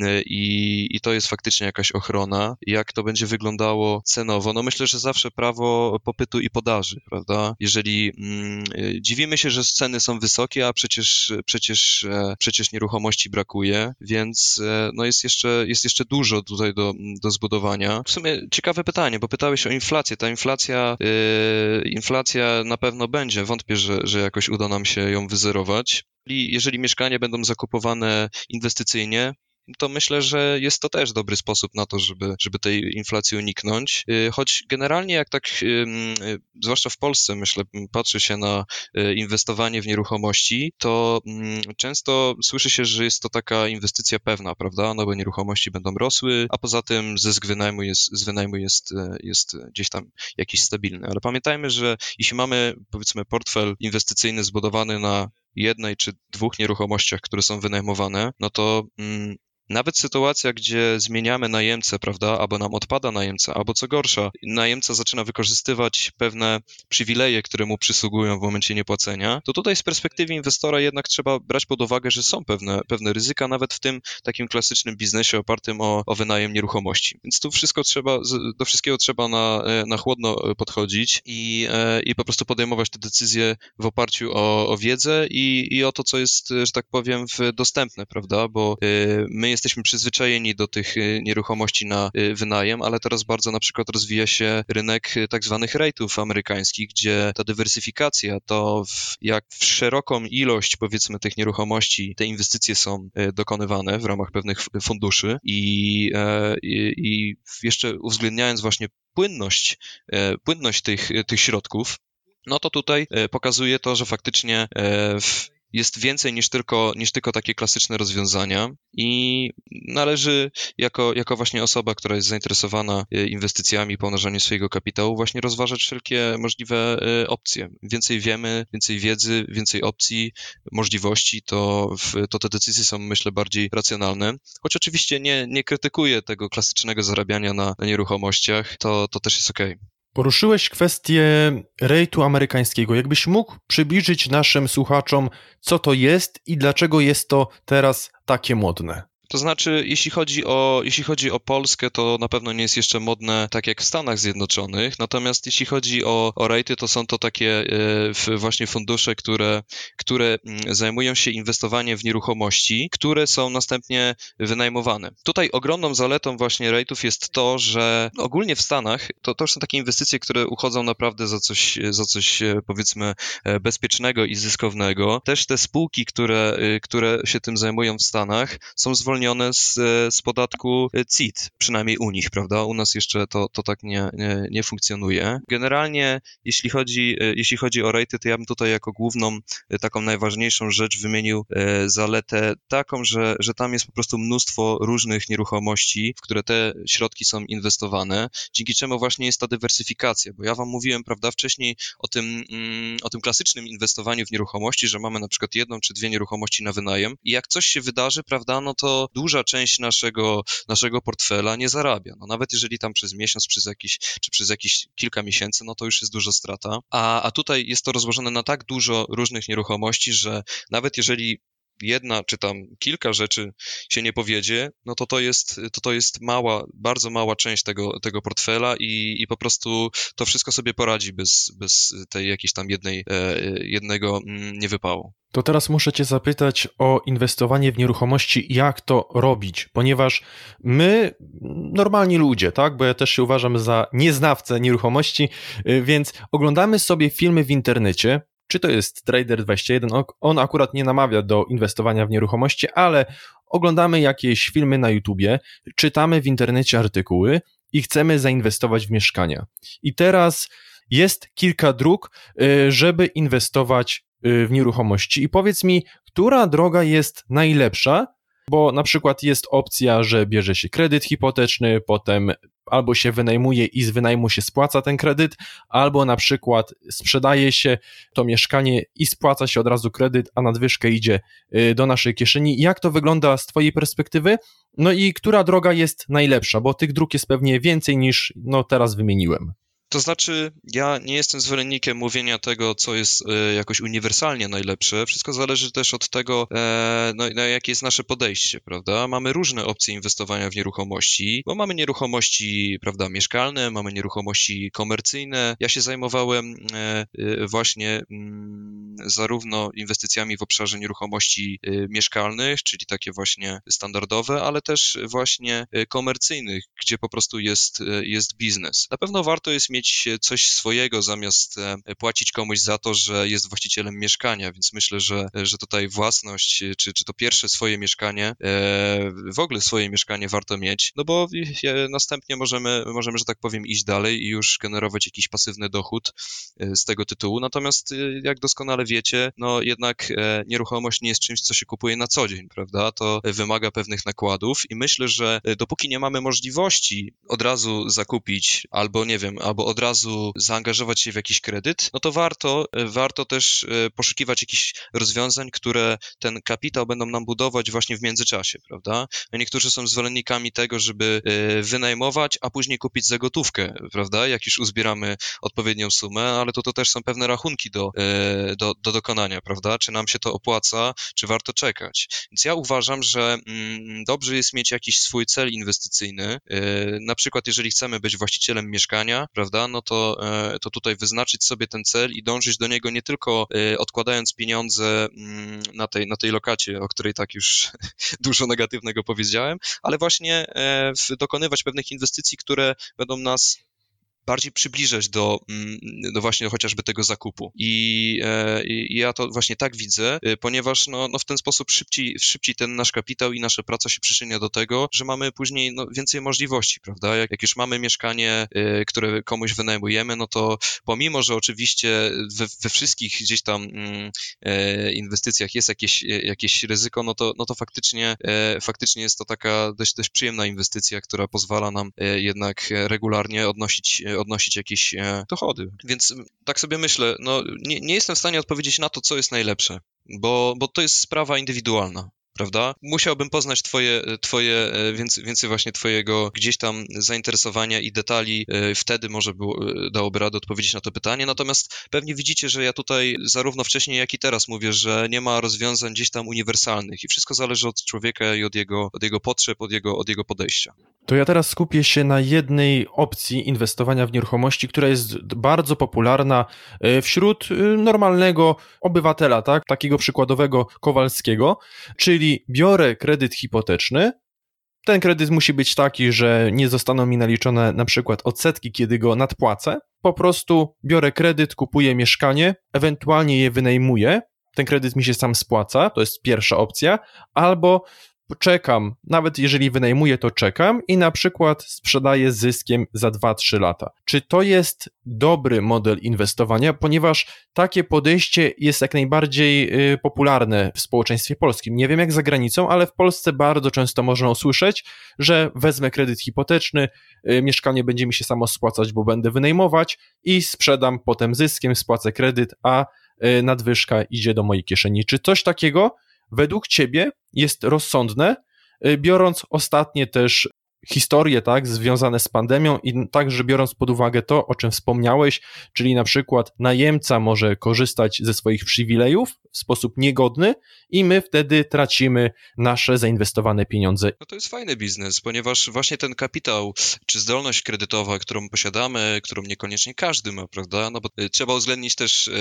i, i to jest faktycznie jakaś ochrona. Jak to będzie wyglądało cenowo? No myślę, że zawsze prawo popytu i podaży, prawda? Jeżeli mm, dziwimy się, że ceny są wysokie, a przecież, przecież, przecież nieruchomości brakuje, więc no jest jeszcze, jest jeszcze dużo tutaj do, do zbudowania. W sumie ciekawe pytanie, bo pytałeś o inflację. Ta inflacja, yy, inflacja na pewno będzie. Wątpię, że, że jakoś uda nam się ją wyzerować. I jeżeli mieszkania będą zakupowane inwestycyjnie, to myślę, że jest to też dobry sposób na to, żeby, żeby tej inflacji uniknąć. Choć generalnie jak tak, zwłaszcza w Polsce, myślę, patrzy się na inwestowanie w nieruchomości, to często słyszy się, że jest to taka inwestycja pewna, prawda? No bo nieruchomości będą rosły, a poza tym zysk wynajmu jest, z wynajmu jest, jest gdzieś tam jakiś stabilny. Ale pamiętajmy, że jeśli mamy, powiedzmy, portfel inwestycyjny zbudowany na jednej czy dwóch nieruchomościach, które są wynajmowane, no to mm, nawet sytuacja, gdzie zmieniamy najemcę, prawda, albo nam odpada najemca, albo co gorsza, najemca zaczyna wykorzystywać pewne przywileje, które mu przysługują w momencie niepłacenia, to tutaj z perspektywy inwestora jednak trzeba brać pod uwagę, że są pewne, pewne ryzyka, nawet w tym takim klasycznym biznesie opartym o, o wynajem nieruchomości. Więc tu wszystko trzeba, do wszystkiego trzeba na, na chłodno podchodzić i, i po prostu podejmować te decyzje w oparciu o, o wiedzę i, i o to, co jest, że tak powiem, dostępne, prawda, bo my jesteśmy przyzwyczajeni do tych nieruchomości na wynajem, ale teraz bardzo na przykład rozwija się rynek tak zwanych rejtów amerykańskich, gdzie ta dywersyfikacja, to w, jak w szeroką ilość, powiedzmy, tych nieruchomości te inwestycje są dokonywane w ramach pewnych funduszy i, i, i jeszcze uwzględniając właśnie płynność, płynność tych, tych środków, no to tutaj pokazuje to, że faktycznie w jest więcej niż tylko, niż tylko takie klasyczne rozwiązania i należy jako, jako właśnie osoba, która jest zainteresowana inwestycjami, pomnażaniem swojego kapitału, właśnie rozważać wszelkie możliwe opcje. Więcej wiemy, więcej wiedzy, więcej opcji, możliwości, to, w, to te decyzje są, myślę, bardziej racjonalne. Choć oczywiście nie, nie krytykuję tego klasycznego zarabiania na, na nieruchomościach, to, to też jest okej. Poruszyłeś kwestię rejtu amerykańskiego. Jakbyś mógł przybliżyć naszym słuchaczom, co to jest i dlaczego jest to teraz takie modne? To znaczy, jeśli chodzi o, jeśli chodzi o Polskę, to na pewno nie jest jeszcze modne tak jak w Stanach Zjednoczonych, natomiast jeśli chodzi o, o rejty, to są to takie e, właśnie fundusze, które, które zajmują się inwestowaniem w nieruchomości, które są następnie wynajmowane. Tutaj ogromną zaletą właśnie rejtów jest to, że ogólnie w Stanach to, to już są takie inwestycje, które uchodzą naprawdę za coś, za coś powiedzmy bezpiecznego i zyskownego. Też te spółki, które, które się tym zajmują w Stanach, są zwolnione z, z podatku C I T, przynajmniej u nich, prawda? U nas jeszcze to, to tak nie, nie, nie funkcjonuje. Generalnie, jeśli chodzi, jeśli chodzi o rejty, to ja bym tutaj jako główną, taką najważniejszą rzecz wymienił zaletę taką, że, że tam jest po prostu mnóstwo różnych nieruchomości, w które te środki są inwestowane, dzięki czemu właśnie jest ta dywersyfikacja, bo ja wam mówiłem, prawda, wcześniej o tym, o tym klasycznym inwestowaniu w nieruchomości, że mamy na przykład jedną czy dwie nieruchomości na wynajem i jak coś się wydarzy, prawda, no to duża część naszego, naszego portfela nie zarabia. No nawet jeżeli tam przez miesiąc, przez jakiś, czy przez jakieś kilka miesięcy, no to już jest duża strata. A, a tutaj jest to rozłożone na tak dużo różnych nieruchomości, że nawet jeżeli jedna czy tam kilka rzeczy się nie powiedzie, no to to jest, to to jest mała, bardzo mała część tego, tego portfela i, i po prostu to wszystko sobie poradzi bez, bez tej jakiejś tam jednej, jednego niewypału. To teraz muszę cię zapytać o inwestowanie w nieruchomości, jak to robić, ponieważ my, normalni ludzie, tak, bo ja też się uważam za nieznawcę nieruchomości, więc oglądamy sobie filmy w internecie, czy to jest Trader dwadzieścia jeden, on akurat nie namawia do inwestowania w nieruchomości, ale oglądamy jakieś filmy na YouTubie, czytamy w internecie artykuły i chcemy zainwestować w mieszkania. I teraz jest kilka dróg, żeby inwestować w nieruchomości. I powiedz mi, która droga jest najlepsza bo na przykład jest opcja, że bierze się kredyt hipoteczny, potem albo się wynajmuje i z wynajmu się spłaca ten kredyt, albo na przykład sprzedaje się to mieszkanie i spłaca się od razu kredyt, a nadwyżka idzie do naszej kieszeni. Jak to wygląda z twojej perspektywy? No i która droga jest najlepsza, bo tych dróg jest pewnie więcej niż no teraz wymieniłem. To znaczy, ja nie jestem zwolennikiem mówienia tego, co jest e, jakoś uniwersalnie najlepsze. Wszystko zależy też od tego, e, no, no, jakie jest nasze podejście, prawda? Mamy różne opcje inwestowania w nieruchomości, bo mamy nieruchomości, prawda, mieszkalne, mamy nieruchomości komercyjne. Ja się zajmowałem e, e, właśnie m, zarówno inwestycjami w obszarze nieruchomości e, mieszkalnych, czyli takie właśnie standardowe, ale też właśnie e, komercyjnych, gdzie po prostu jest, e, jest biznes. Na pewno warto jest mieć mieć coś swojego, zamiast płacić komuś za to, że jest właścicielem mieszkania, więc myślę, że, że tutaj własność, czy, czy to pierwsze swoje mieszkanie, w ogóle swoje mieszkanie warto mieć, no bo następnie możemy, możemy, że tak powiem, iść dalej i już generować jakiś pasywny dochód z tego tytułu, natomiast jak doskonale wiecie, no jednak nieruchomość nie jest czymś, co się kupuje na co dzień, prawda, to wymaga pewnych nakładów i myślę, że dopóki nie mamy możliwości od razu zakupić, albo nie wiem, albo od razu zaangażować się w jakiś kredyt, no to warto, warto też poszukiwać jakichś rozwiązań, które ten kapitał będą nam budować właśnie w międzyczasie, prawda? Niektórzy są zwolennikami tego, żeby wynajmować, a później kupić za gotówkę, prawda? Jak już uzbieramy odpowiednią sumę, ale to, to też są pewne rachunki do, do, do dokonania, prawda? Czy nam się to opłaca, czy warto czekać? Więc ja uważam, że mm, dobrze jest mieć jakiś swój cel inwestycyjny, na przykład jeżeli chcemy być właścicielem mieszkania, prawda, no to, to tutaj wyznaczyć sobie ten cel i dążyć do niego nie tylko odkładając pieniądze na tej, na tej lokacie, o której tak już dużo negatywnego powiedziałem, ale właśnie dokonywać pewnych inwestycji, które będą nas bardziej przybliżać do, do właśnie chociażby tego zakupu. I, i ja to właśnie tak widzę, ponieważ no, no w ten sposób szybciej, szybciej ten nasz kapitał i nasza praca się przyczynia do tego, że mamy później no, więcej możliwości, prawda? Jak, jak już mamy mieszkanie, które komuś wynajmujemy, no to pomimo, że oczywiście we, we wszystkich gdzieś tam inwestycjach jest jakieś, jakieś ryzyko, no to, no to faktycznie, faktycznie jest to taka dość, dość przyjemna inwestycja, która pozwala nam jednak regularnie odnosić odnosić jakieś dochody. Więc tak sobie myślę, no nie, nie jestem w stanie odpowiedzieć na to, co jest najlepsze, bo, bo to jest sprawa indywidualna. Prawda? Musiałbym poznać twoje, twoje więcej, więcej właśnie twojego gdzieś tam zainteresowania i detali, wtedy może było, dałoby radę odpowiedzieć na to pytanie, natomiast pewnie widzicie, że ja tutaj zarówno wcześniej, jak i teraz mówię, że nie ma rozwiązań gdzieś tam uniwersalnych i wszystko zależy od człowieka i od jego, od jego potrzeb, od jego, od jego podejścia. To ja teraz skupię się na jednej opcji inwestowania w nieruchomości, która jest bardzo popularna wśród normalnego obywatela, tak? Takiego przykładowego Kowalskiego, czyli biorę kredyt hipoteczny. Ten kredyt musi być taki, że nie zostaną mi naliczone na przykład odsetki, kiedy go nadpłacę. Po prostu biorę kredyt, kupuję mieszkanie, ewentualnie je wynajmuję. Ten kredyt mi się sam spłaca, to jest pierwsza opcja. Albo czekam, nawet jeżeli wynajmuję, to czekam i na przykład sprzedaję z zyskiem za dwa trzy lata. Czy to jest dobry model inwestowania? Ponieważ takie podejście jest jak najbardziej y, popularne w społeczeństwie polskim. Nie wiem jak za granicą, ale w Polsce bardzo często można usłyszeć, że wezmę kredyt hipoteczny, y, mieszkanie będzie mi się samo spłacać, bo będę wynajmować i sprzedam potem zyskiem, spłacę kredyt, a y, nadwyżka idzie do mojej kieszeni. Czy coś takiego według ciebie jest rozsądne, biorąc ostatnie też historie, tak, związane z pandemią i także biorąc pod uwagę to, o czym wspomniałeś, czyli na przykład najemca może korzystać ze swoich przywilejów w sposób niegodny i my wtedy tracimy nasze zainwestowane pieniądze. No to jest fajny biznes, ponieważ właśnie ten kapitał, czy zdolność kredytowa, którą posiadamy, którą niekoniecznie każdy ma, prawda, no bo trzeba uwzględnić też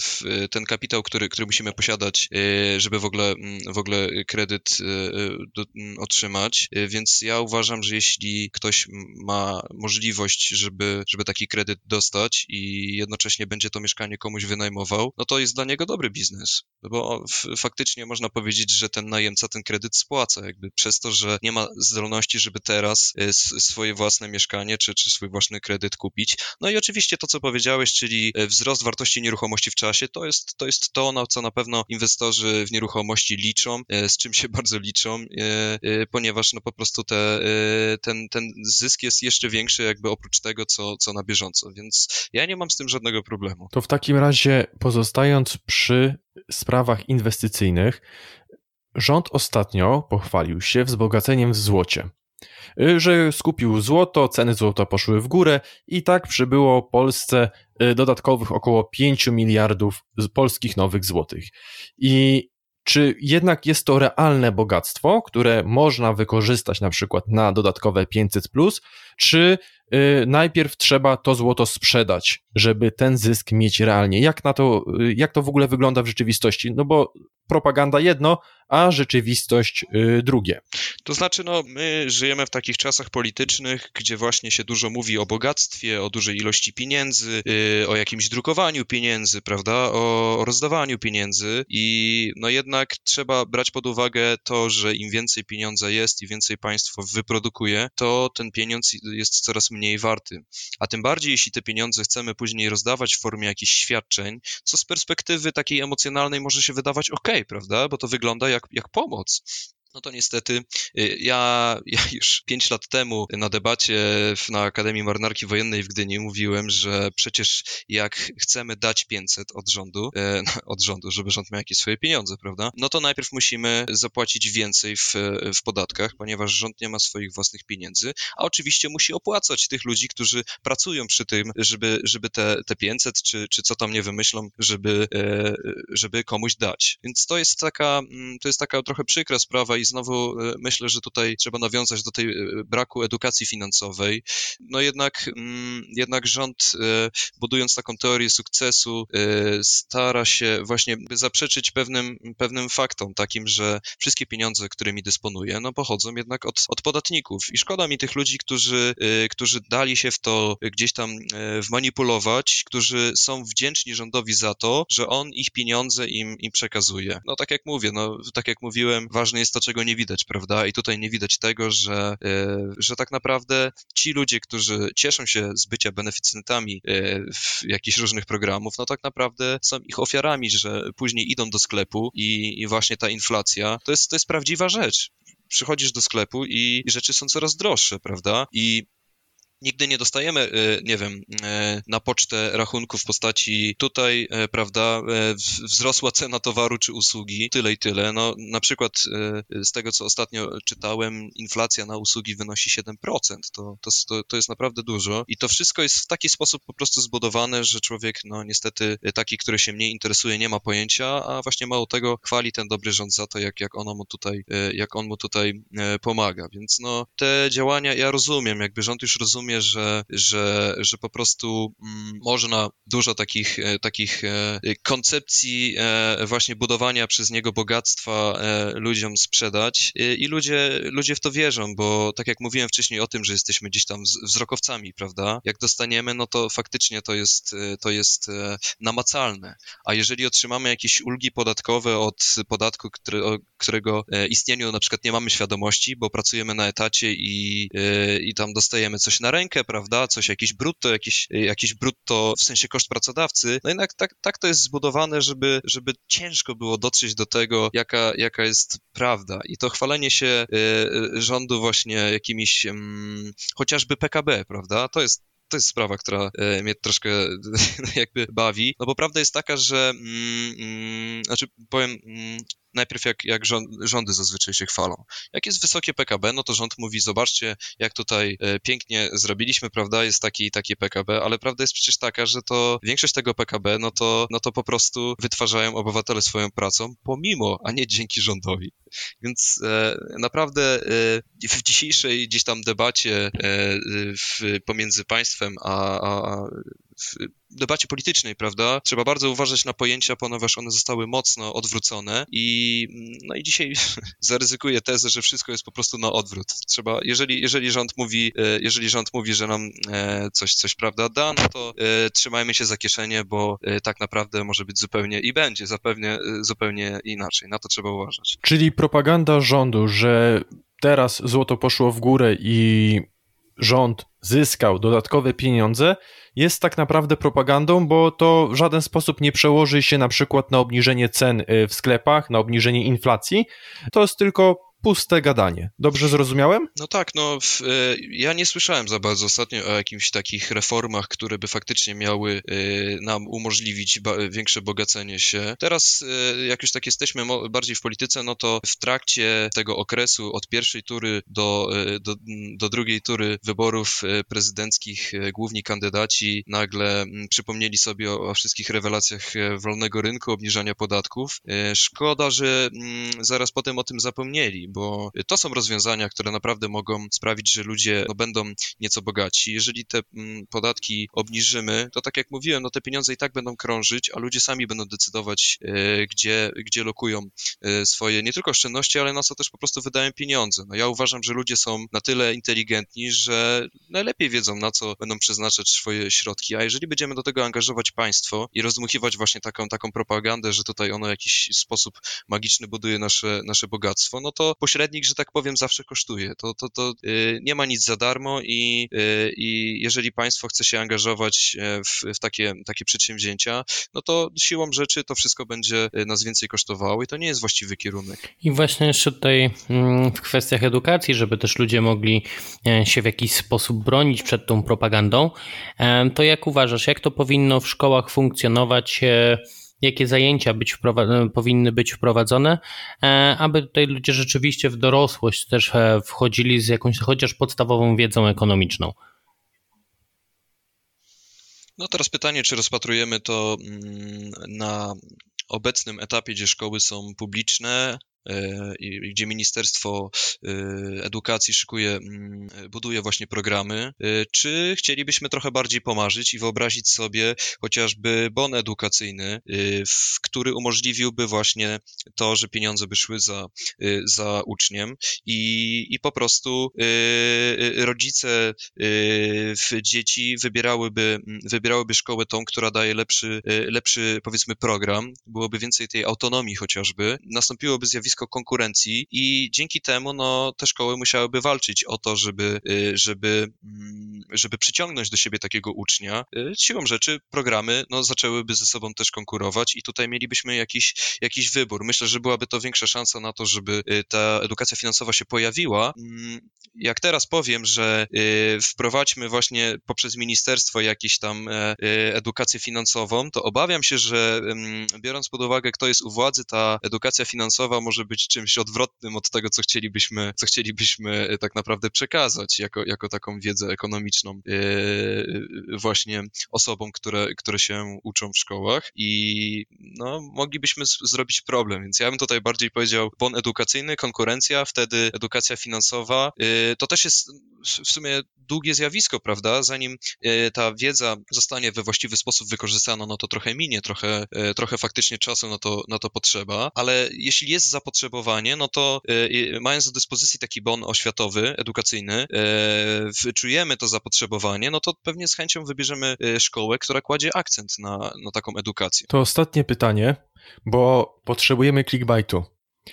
ten kapitał, który, który musimy posiadać, żeby w ogóle, w ogóle kredyt otrzymać, więc ja uważam, że że jeśli ktoś ma możliwość, żeby, żeby taki kredyt dostać i jednocześnie będzie to mieszkanie komuś wynajmował, no to jest dla niego dobry biznes, bo f- faktycznie można powiedzieć, że ten najemca ten kredyt spłaca, jakby przez to, że nie ma zdolności, żeby teraz y, s- swoje własne mieszkanie czy, czy swój własny kredyt kupić. No i oczywiście to, co powiedziałeś, czyli y, wzrost wartości nieruchomości w czasie, to jest to, jest to na co na pewno inwestorzy w nieruchomości liczą, y, z czym się bardzo liczą, y, y, ponieważ no po prostu te, y, ten, ten zysk jest jeszcze większy jakby oprócz tego, co, co na bieżąco, więc ja nie mam z tym żadnego problemu. To w takim razie, pozostając przy sprawach inwestycyjnych, rząd ostatnio pochwalił się wzbogaceniem w złocie, że skupił złoto, ceny złota poszły w górę i tak przybyło Polsce dodatkowych około pięć miliardów polskich nowych złotych. I czy jednak jest to realne bogactwo, które można wykorzystać na przykład na dodatkowe pięćset plus, czy y, najpierw trzeba to złoto sprzedać, żeby ten zysk mieć realnie? Jak na to, y, jak to w ogóle wygląda w rzeczywistości? No bo propaganda jedno, a rzeczywistość y, drugie. To znaczy, no, my żyjemy w takich czasach politycznych, gdzie właśnie się dużo mówi o bogactwie, o dużej ilości pieniędzy, yy, o jakimś drukowaniu pieniędzy, prawda, o, o rozdawaniu pieniędzy i no jednak trzeba brać pod uwagę to, że im więcej pieniądza jest i więcej państwo wyprodukuje, to ten pieniądz jest coraz mniej warty. A tym bardziej, jeśli te pieniądze chcemy później rozdawać w formie jakichś świadczeń, co z perspektywy takiej emocjonalnej może się wydawać okej, prawda, bo to wygląda jak, jak pomoc. No to niestety ja, ja już pięć lat temu na debacie na Akademii Marynarki Wojennej w Gdyni mówiłem, że przecież jak chcemy dać pięćset od rządu, e, od rządu, żeby rząd miał jakieś swoje pieniądze, prawda, no to najpierw musimy zapłacić więcej w, w podatkach, ponieważ rząd nie ma swoich własnych pieniędzy, a oczywiście musi opłacać tych ludzi, którzy pracują przy tym, żeby, żeby te, te pięćset czy, czy co tam nie wymyślą, żeby, e, żeby komuś dać. Więc to jest taka, to jest taka trochę przykra sprawa i znowu myślę, że tutaj trzeba nawiązać do tej braku edukacji finansowej. No jednak, jednak rząd, budując taką teorię sukcesu, stara się właśnie zaprzeczyć pewnym, pewnym faktom, takim, że wszystkie pieniądze, którymi dysponuje, no pochodzą jednak od, od podatników. I szkoda mi tych ludzi, którzy, którzy dali się w to gdzieś tam wmanipulować, którzy są wdzięczni rządowi za to, że on ich pieniądze im, im przekazuje. No tak jak mówię, no tak jak mówiłem, ważne jest to, czego nie widać, prawda? I tutaj nie widać tego, że, yy, że tak naprawdę ci ludzie, którzy cieszą się z bycia beneficjentami yy, w jakichś różnych programów, no tak naprawdę są ich ofiarami, że później idą do sklepu i, i właśnie ta inflacja, to jest, to jest prawdziwa rzecz. Przychodzisz do sklepu i, i rzeczy są coraz droższe, prawda? I nigdy nie dostajemy, nie wiem, na pocztę rachunku w postaci tutaj, prawda, wzrosła cena towaru czy usługi, tyle i tyle. No, na przykład z tego, co ostatnio czytałem, inflacja na usługi wynosi siedem procent. To, to, to jest naprawdę dużo i to wszystko jest w taki sposób po prostu zbudowane, że człowiek, no niestety taki, który się mniej interesuje, nie ma pojęcia, a właśnie mało tego chwali ten dobry rząd za to, jak, jak, ono mu tutaj, jak on mu tutaj pomaga. Więc no, te działania, ja rozumiem, jakby rząd już rozumie, Że, że, że po prostu mm, można dużo takich, takich e, koncepcji e, właśnie budowania przez niego bogactwa e, ludziom sprzedać e, i ludzie, ludzie w to wierzą, bo tak jak mówiłem wcześniej o tym, że jesteśmy gdzieś tam wzrokowcami, prawda? Jak dostaniemy, no to faktycznie to jest, to jest e, namacalne, a jeżeli otrzymamy jakieś ulgi podatkowe od podatku, który, o którego e, istnieniu na przykład nie mamy świadomości, bo pracujemy na etacie i, e, i tam dostajemy coś na rękę, prawda, coś, jakiś brutto, jakiś, jakiś brutto, w sensie koszt pracodawcy, no jednak tak, tak to jest zbudowane, żeby, żeby ciężko było dotrzeć do tego, jaka, jaka jest prawda i to chwalenie się y, rządu właśnie jakimiś, y, chociażby P K B, prawda, to jest To jest sprawa, która e, mnie troszkę jakby bawi, no bo prawda jest taka, że mm, mm, znaczy powiem mm, najpierw jak, jak rząd, rządy zazwyczaj się chwalą. Jak jest wysokie P K B, no to rząd mówi, zobaczcie, jak tutaj e, pięknie zrobiliśmy, prawda, jest taki taki P K B, ale prawda jest przecież taka, że to większość tego P K B, no to, no to po prostu wytwarzają obywatele swoją pracą, pomimo, a nie dzięki rządowi. Więc e, naprawdę e, w dzisiejszej gdzieś tam debacie e, w, pomiędzy państwem a, a w debacie politycznej, prawda, trzeba bardzo uważać na pojęcia, ponieważ one zostały mocno odwrócone i no i dzisiaj zaryzykuję tezę, że wszystko jest po prostu na odwrót. Trzeba, jeżeli, jeżeli rząd mówi, jeżeli rząd mówi, że nam coś, coś prawda da, no to trzymajmy się za kieszenie, bo tak naprawdę może być zupełnie i będzie zapewne zupełnie inaczej. Na to trzeba uważać. Czyli propaganda rządu, że teraz złoto poszło w górę i rząd zyskał dodatkowe pieniądze, jest tak naprawdę propagandą, bo to w żaden sposób nie przełoży się na przykład na obniżenie cen w sklepach, na obniżenie inflacji. To jest tylko puste gadanie. Dobrze zrozumiałem? No tak, no w, ja nie słyszałem za bardzo ostatnio o jakimś takich reformach, które by faktycznie miały nam umożliwić ba, większe bogacenie się. Teraz, jak już tak jesteśmy bardziej w polityce, no to w trakcie tego okresu od pierwszej tury do, do, do drugiej tury wyborów prezydenckich główni kandydaci nagle przypomnieli sobie o, o wszystkich rewelacjach wolnego rynku, obniżania podatków. Szkoda, że zaraz potem o tym zapomnieli, bo to są rozwiązania, które naprawdę mogą sprawić, że ludzie no, będą nieco bogatsi. Jeżeli te m, podatki obniżymy, to tak jak mówiłem, no te pieniądze i tak będą krążyć, a ludzie sami będą decydować, e, gdzie, gdzie lokują e, swoje nie tylko oszczędności, ale na co też po prostu wydają pieniądze. No ja uważam, że ludzie są na tyle inteligentni, że najlepiej wiedzą, na co będą przeznaczać swoje środki, a jeżeli będziemy do tego angażować państwo i rozdmuchiwać właśnie taką, taką propagandę, że tutaj ono w jakiś sposób magiczny buduje nasze, nasze bogactwo, no to pośrednik, że tak powiem, zawsze kosztuje. To, to, to yy, nie ma nic za darmo i, yy, i jeżeli państwo chce się angażować w, w takie, takie przedsięwzięcia, no to siłą rzeczy to wszystko będzie nas więcej kosztowało i to nie jest właściwy kierunek. I właśnie jeszcze tutaj w kwestiach edukacji, żeby też ludzie mogli się w jakiś sposób bronić przed tą propagandą, to jak uważasz, jak to powinno w szkołach funkcjonować? Jakie zajęcia być wprowa- powinny być wprowadzone, aby tutaj ludzie rzeczywiście w dorosłość też wchodzili z jakąś chociaż podstawową wiedzą ekonomiczną? No teraz pytanie, czy rozpatrujemy to na obecnym etapie, gdzie szkoły są publiczne, i gdzie Ministerstwo Edukacji szykuje, buduje właśnie programy, czy chcielibyśmy trochę bardziej pomarzyć i wyobrazić sobie chociażby bon edukacyjny, który umożliwiłby właśnie to, że pieniądze by szły za, za uczniem i, i po prostu rodzice dzieci wybierałyby, wybierałyby szkołę tą, która daje lepszy, lepszy powiedzmy program, byłoby więcej tej autonomii chociażby, nastąpiłoby zjawisko konkurencji i dzięki temu no, te szkoły musiałyby walczyć o to, żeby, żeby, żeby przyciągnąć do siebie takiego ucznia. Siłą rzeczy programy no, zaczęłyby ze sobą też konkurować i tutaj mielibyśmy jakiś, jakiś wybór. Myślę, że byłaby to większa szansa na to, żeby ta edukacja finansowa się pojawiła. Jak teraz powiem, że wprowadźmy właśnie poprzez ministerstwo jakieś tam edukację finansową, to obawiam się, że biorąc pod uwagę, kto jest u władzy, ta edukacja finansowa może być czymś odwrotnym od tego, co chcielibyśmy, co chcielibyśmy tak naprawdę przekazać jako, jako taką wiedzę ekonomiczną właśnie osobom, które, które się uczą w szkołach i no, moglibyśmy z- zrobić problem, więc ja bym tutaj bardziej powiedział bon edukacyjny, konkurencja, wtedy edukacja finansowa, to też jest w sumie długie zjawisko, prawda, zanim ta wiedza zostanie we właściwy sposób wykorzystana, no to trochę minie, trochę, trochę faktycznie czasu na to, na to potrzeba, ale jeśli jest zapotrzebowanie, no to mając do dyspozycji taki bon oświatowy, edukacyjny, czujemy to zapotrzebowanie, no to pewnie z chęcią wybierzemy szkołę, która kładzie akcent na, na taką edukację. To ostatnie pytanie, bo potrzebujemy clickbaitu.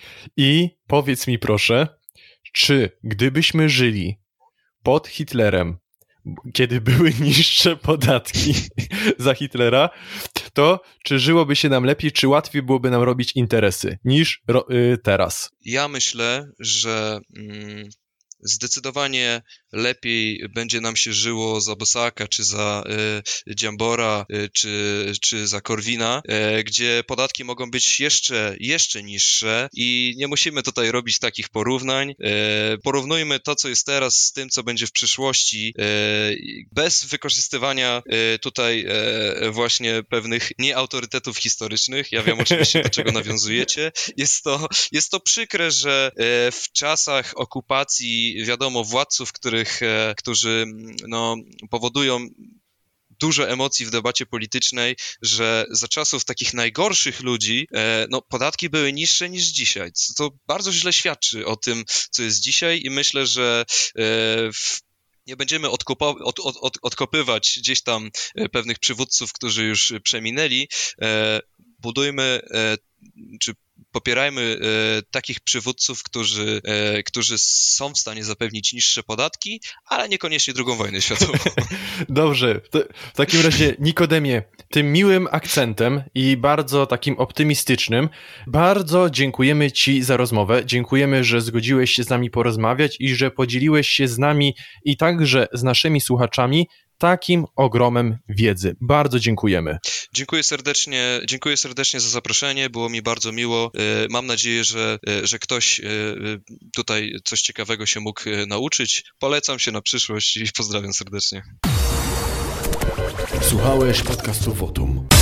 I powiedz mi proszę, czy gdybyśmy żyli pod Hitlerem, kiedy były niższe podatki za Hitlera, to czy żyłoby się nam lepiej, czy łatwiej byłoby nam robić interesy niż ro- y, teraz? Ja myślę, że mm, zdecydowanie lepiej będzie nam się żyło za Bosaka, czy za y, Dziambora, y, czy, czy za Korwina, y, gdzie podatki mogą być jeszcze, jeszcze niższe i nie musimy tutaj robić takich porównań. Y, porównujmy to, co jest teraz z tym, co będzie w przyszłości, y, bez wykorzystywania y, tutaj y, właśnie pewnych nieautorytetów historycznych. Ja wiem oczywiście, do czego nawiązujecie. Jest to, jest to przykre, że y, w czasach okupacji wiadomo, władców, których, którzy no, powodują dużo emocji w debacie politycznej, że za czasów takich najgorszych ludzi e, no, podatki były niższe niż dzisiaj. To bardzo źle świadczy o tym, co jest dzisiaj i myślę, że e, w nie będziemy odkopo- od, od, od, odkopywać gdzieś tam pewnych przywódców, którzy już przeminęli. E, budujmy, e, czy popierajmy e, takich przywódców, którzy, e, którzy są w stanie zapewnić niższe podatki, ale niekoniecznie drugą wojnę światową. Dobrze, to w takim razie Nikodemie, tym miłym akcentem i bardzo takim optymistycznym, bardzo dziękujemy Ci za rozmowę, dziękujemy, że zgodziłeś się z nami porozmawiać i że podzieliłeś się z nami i także z naszymi słuchaczami takim ogromem wiedzy. Bardzo dziękujemy. Dziękuję serdecznie, dziękuję serdecznie za zaproszenie, było mi bardzo miło. Mam nadzieję, że, że ktoś tutaj coś ciekawego się mógł nauczyć. Polecam się na przyszłość i pozdrawiam serdecznie. Słuchałeś podcastu Wotum.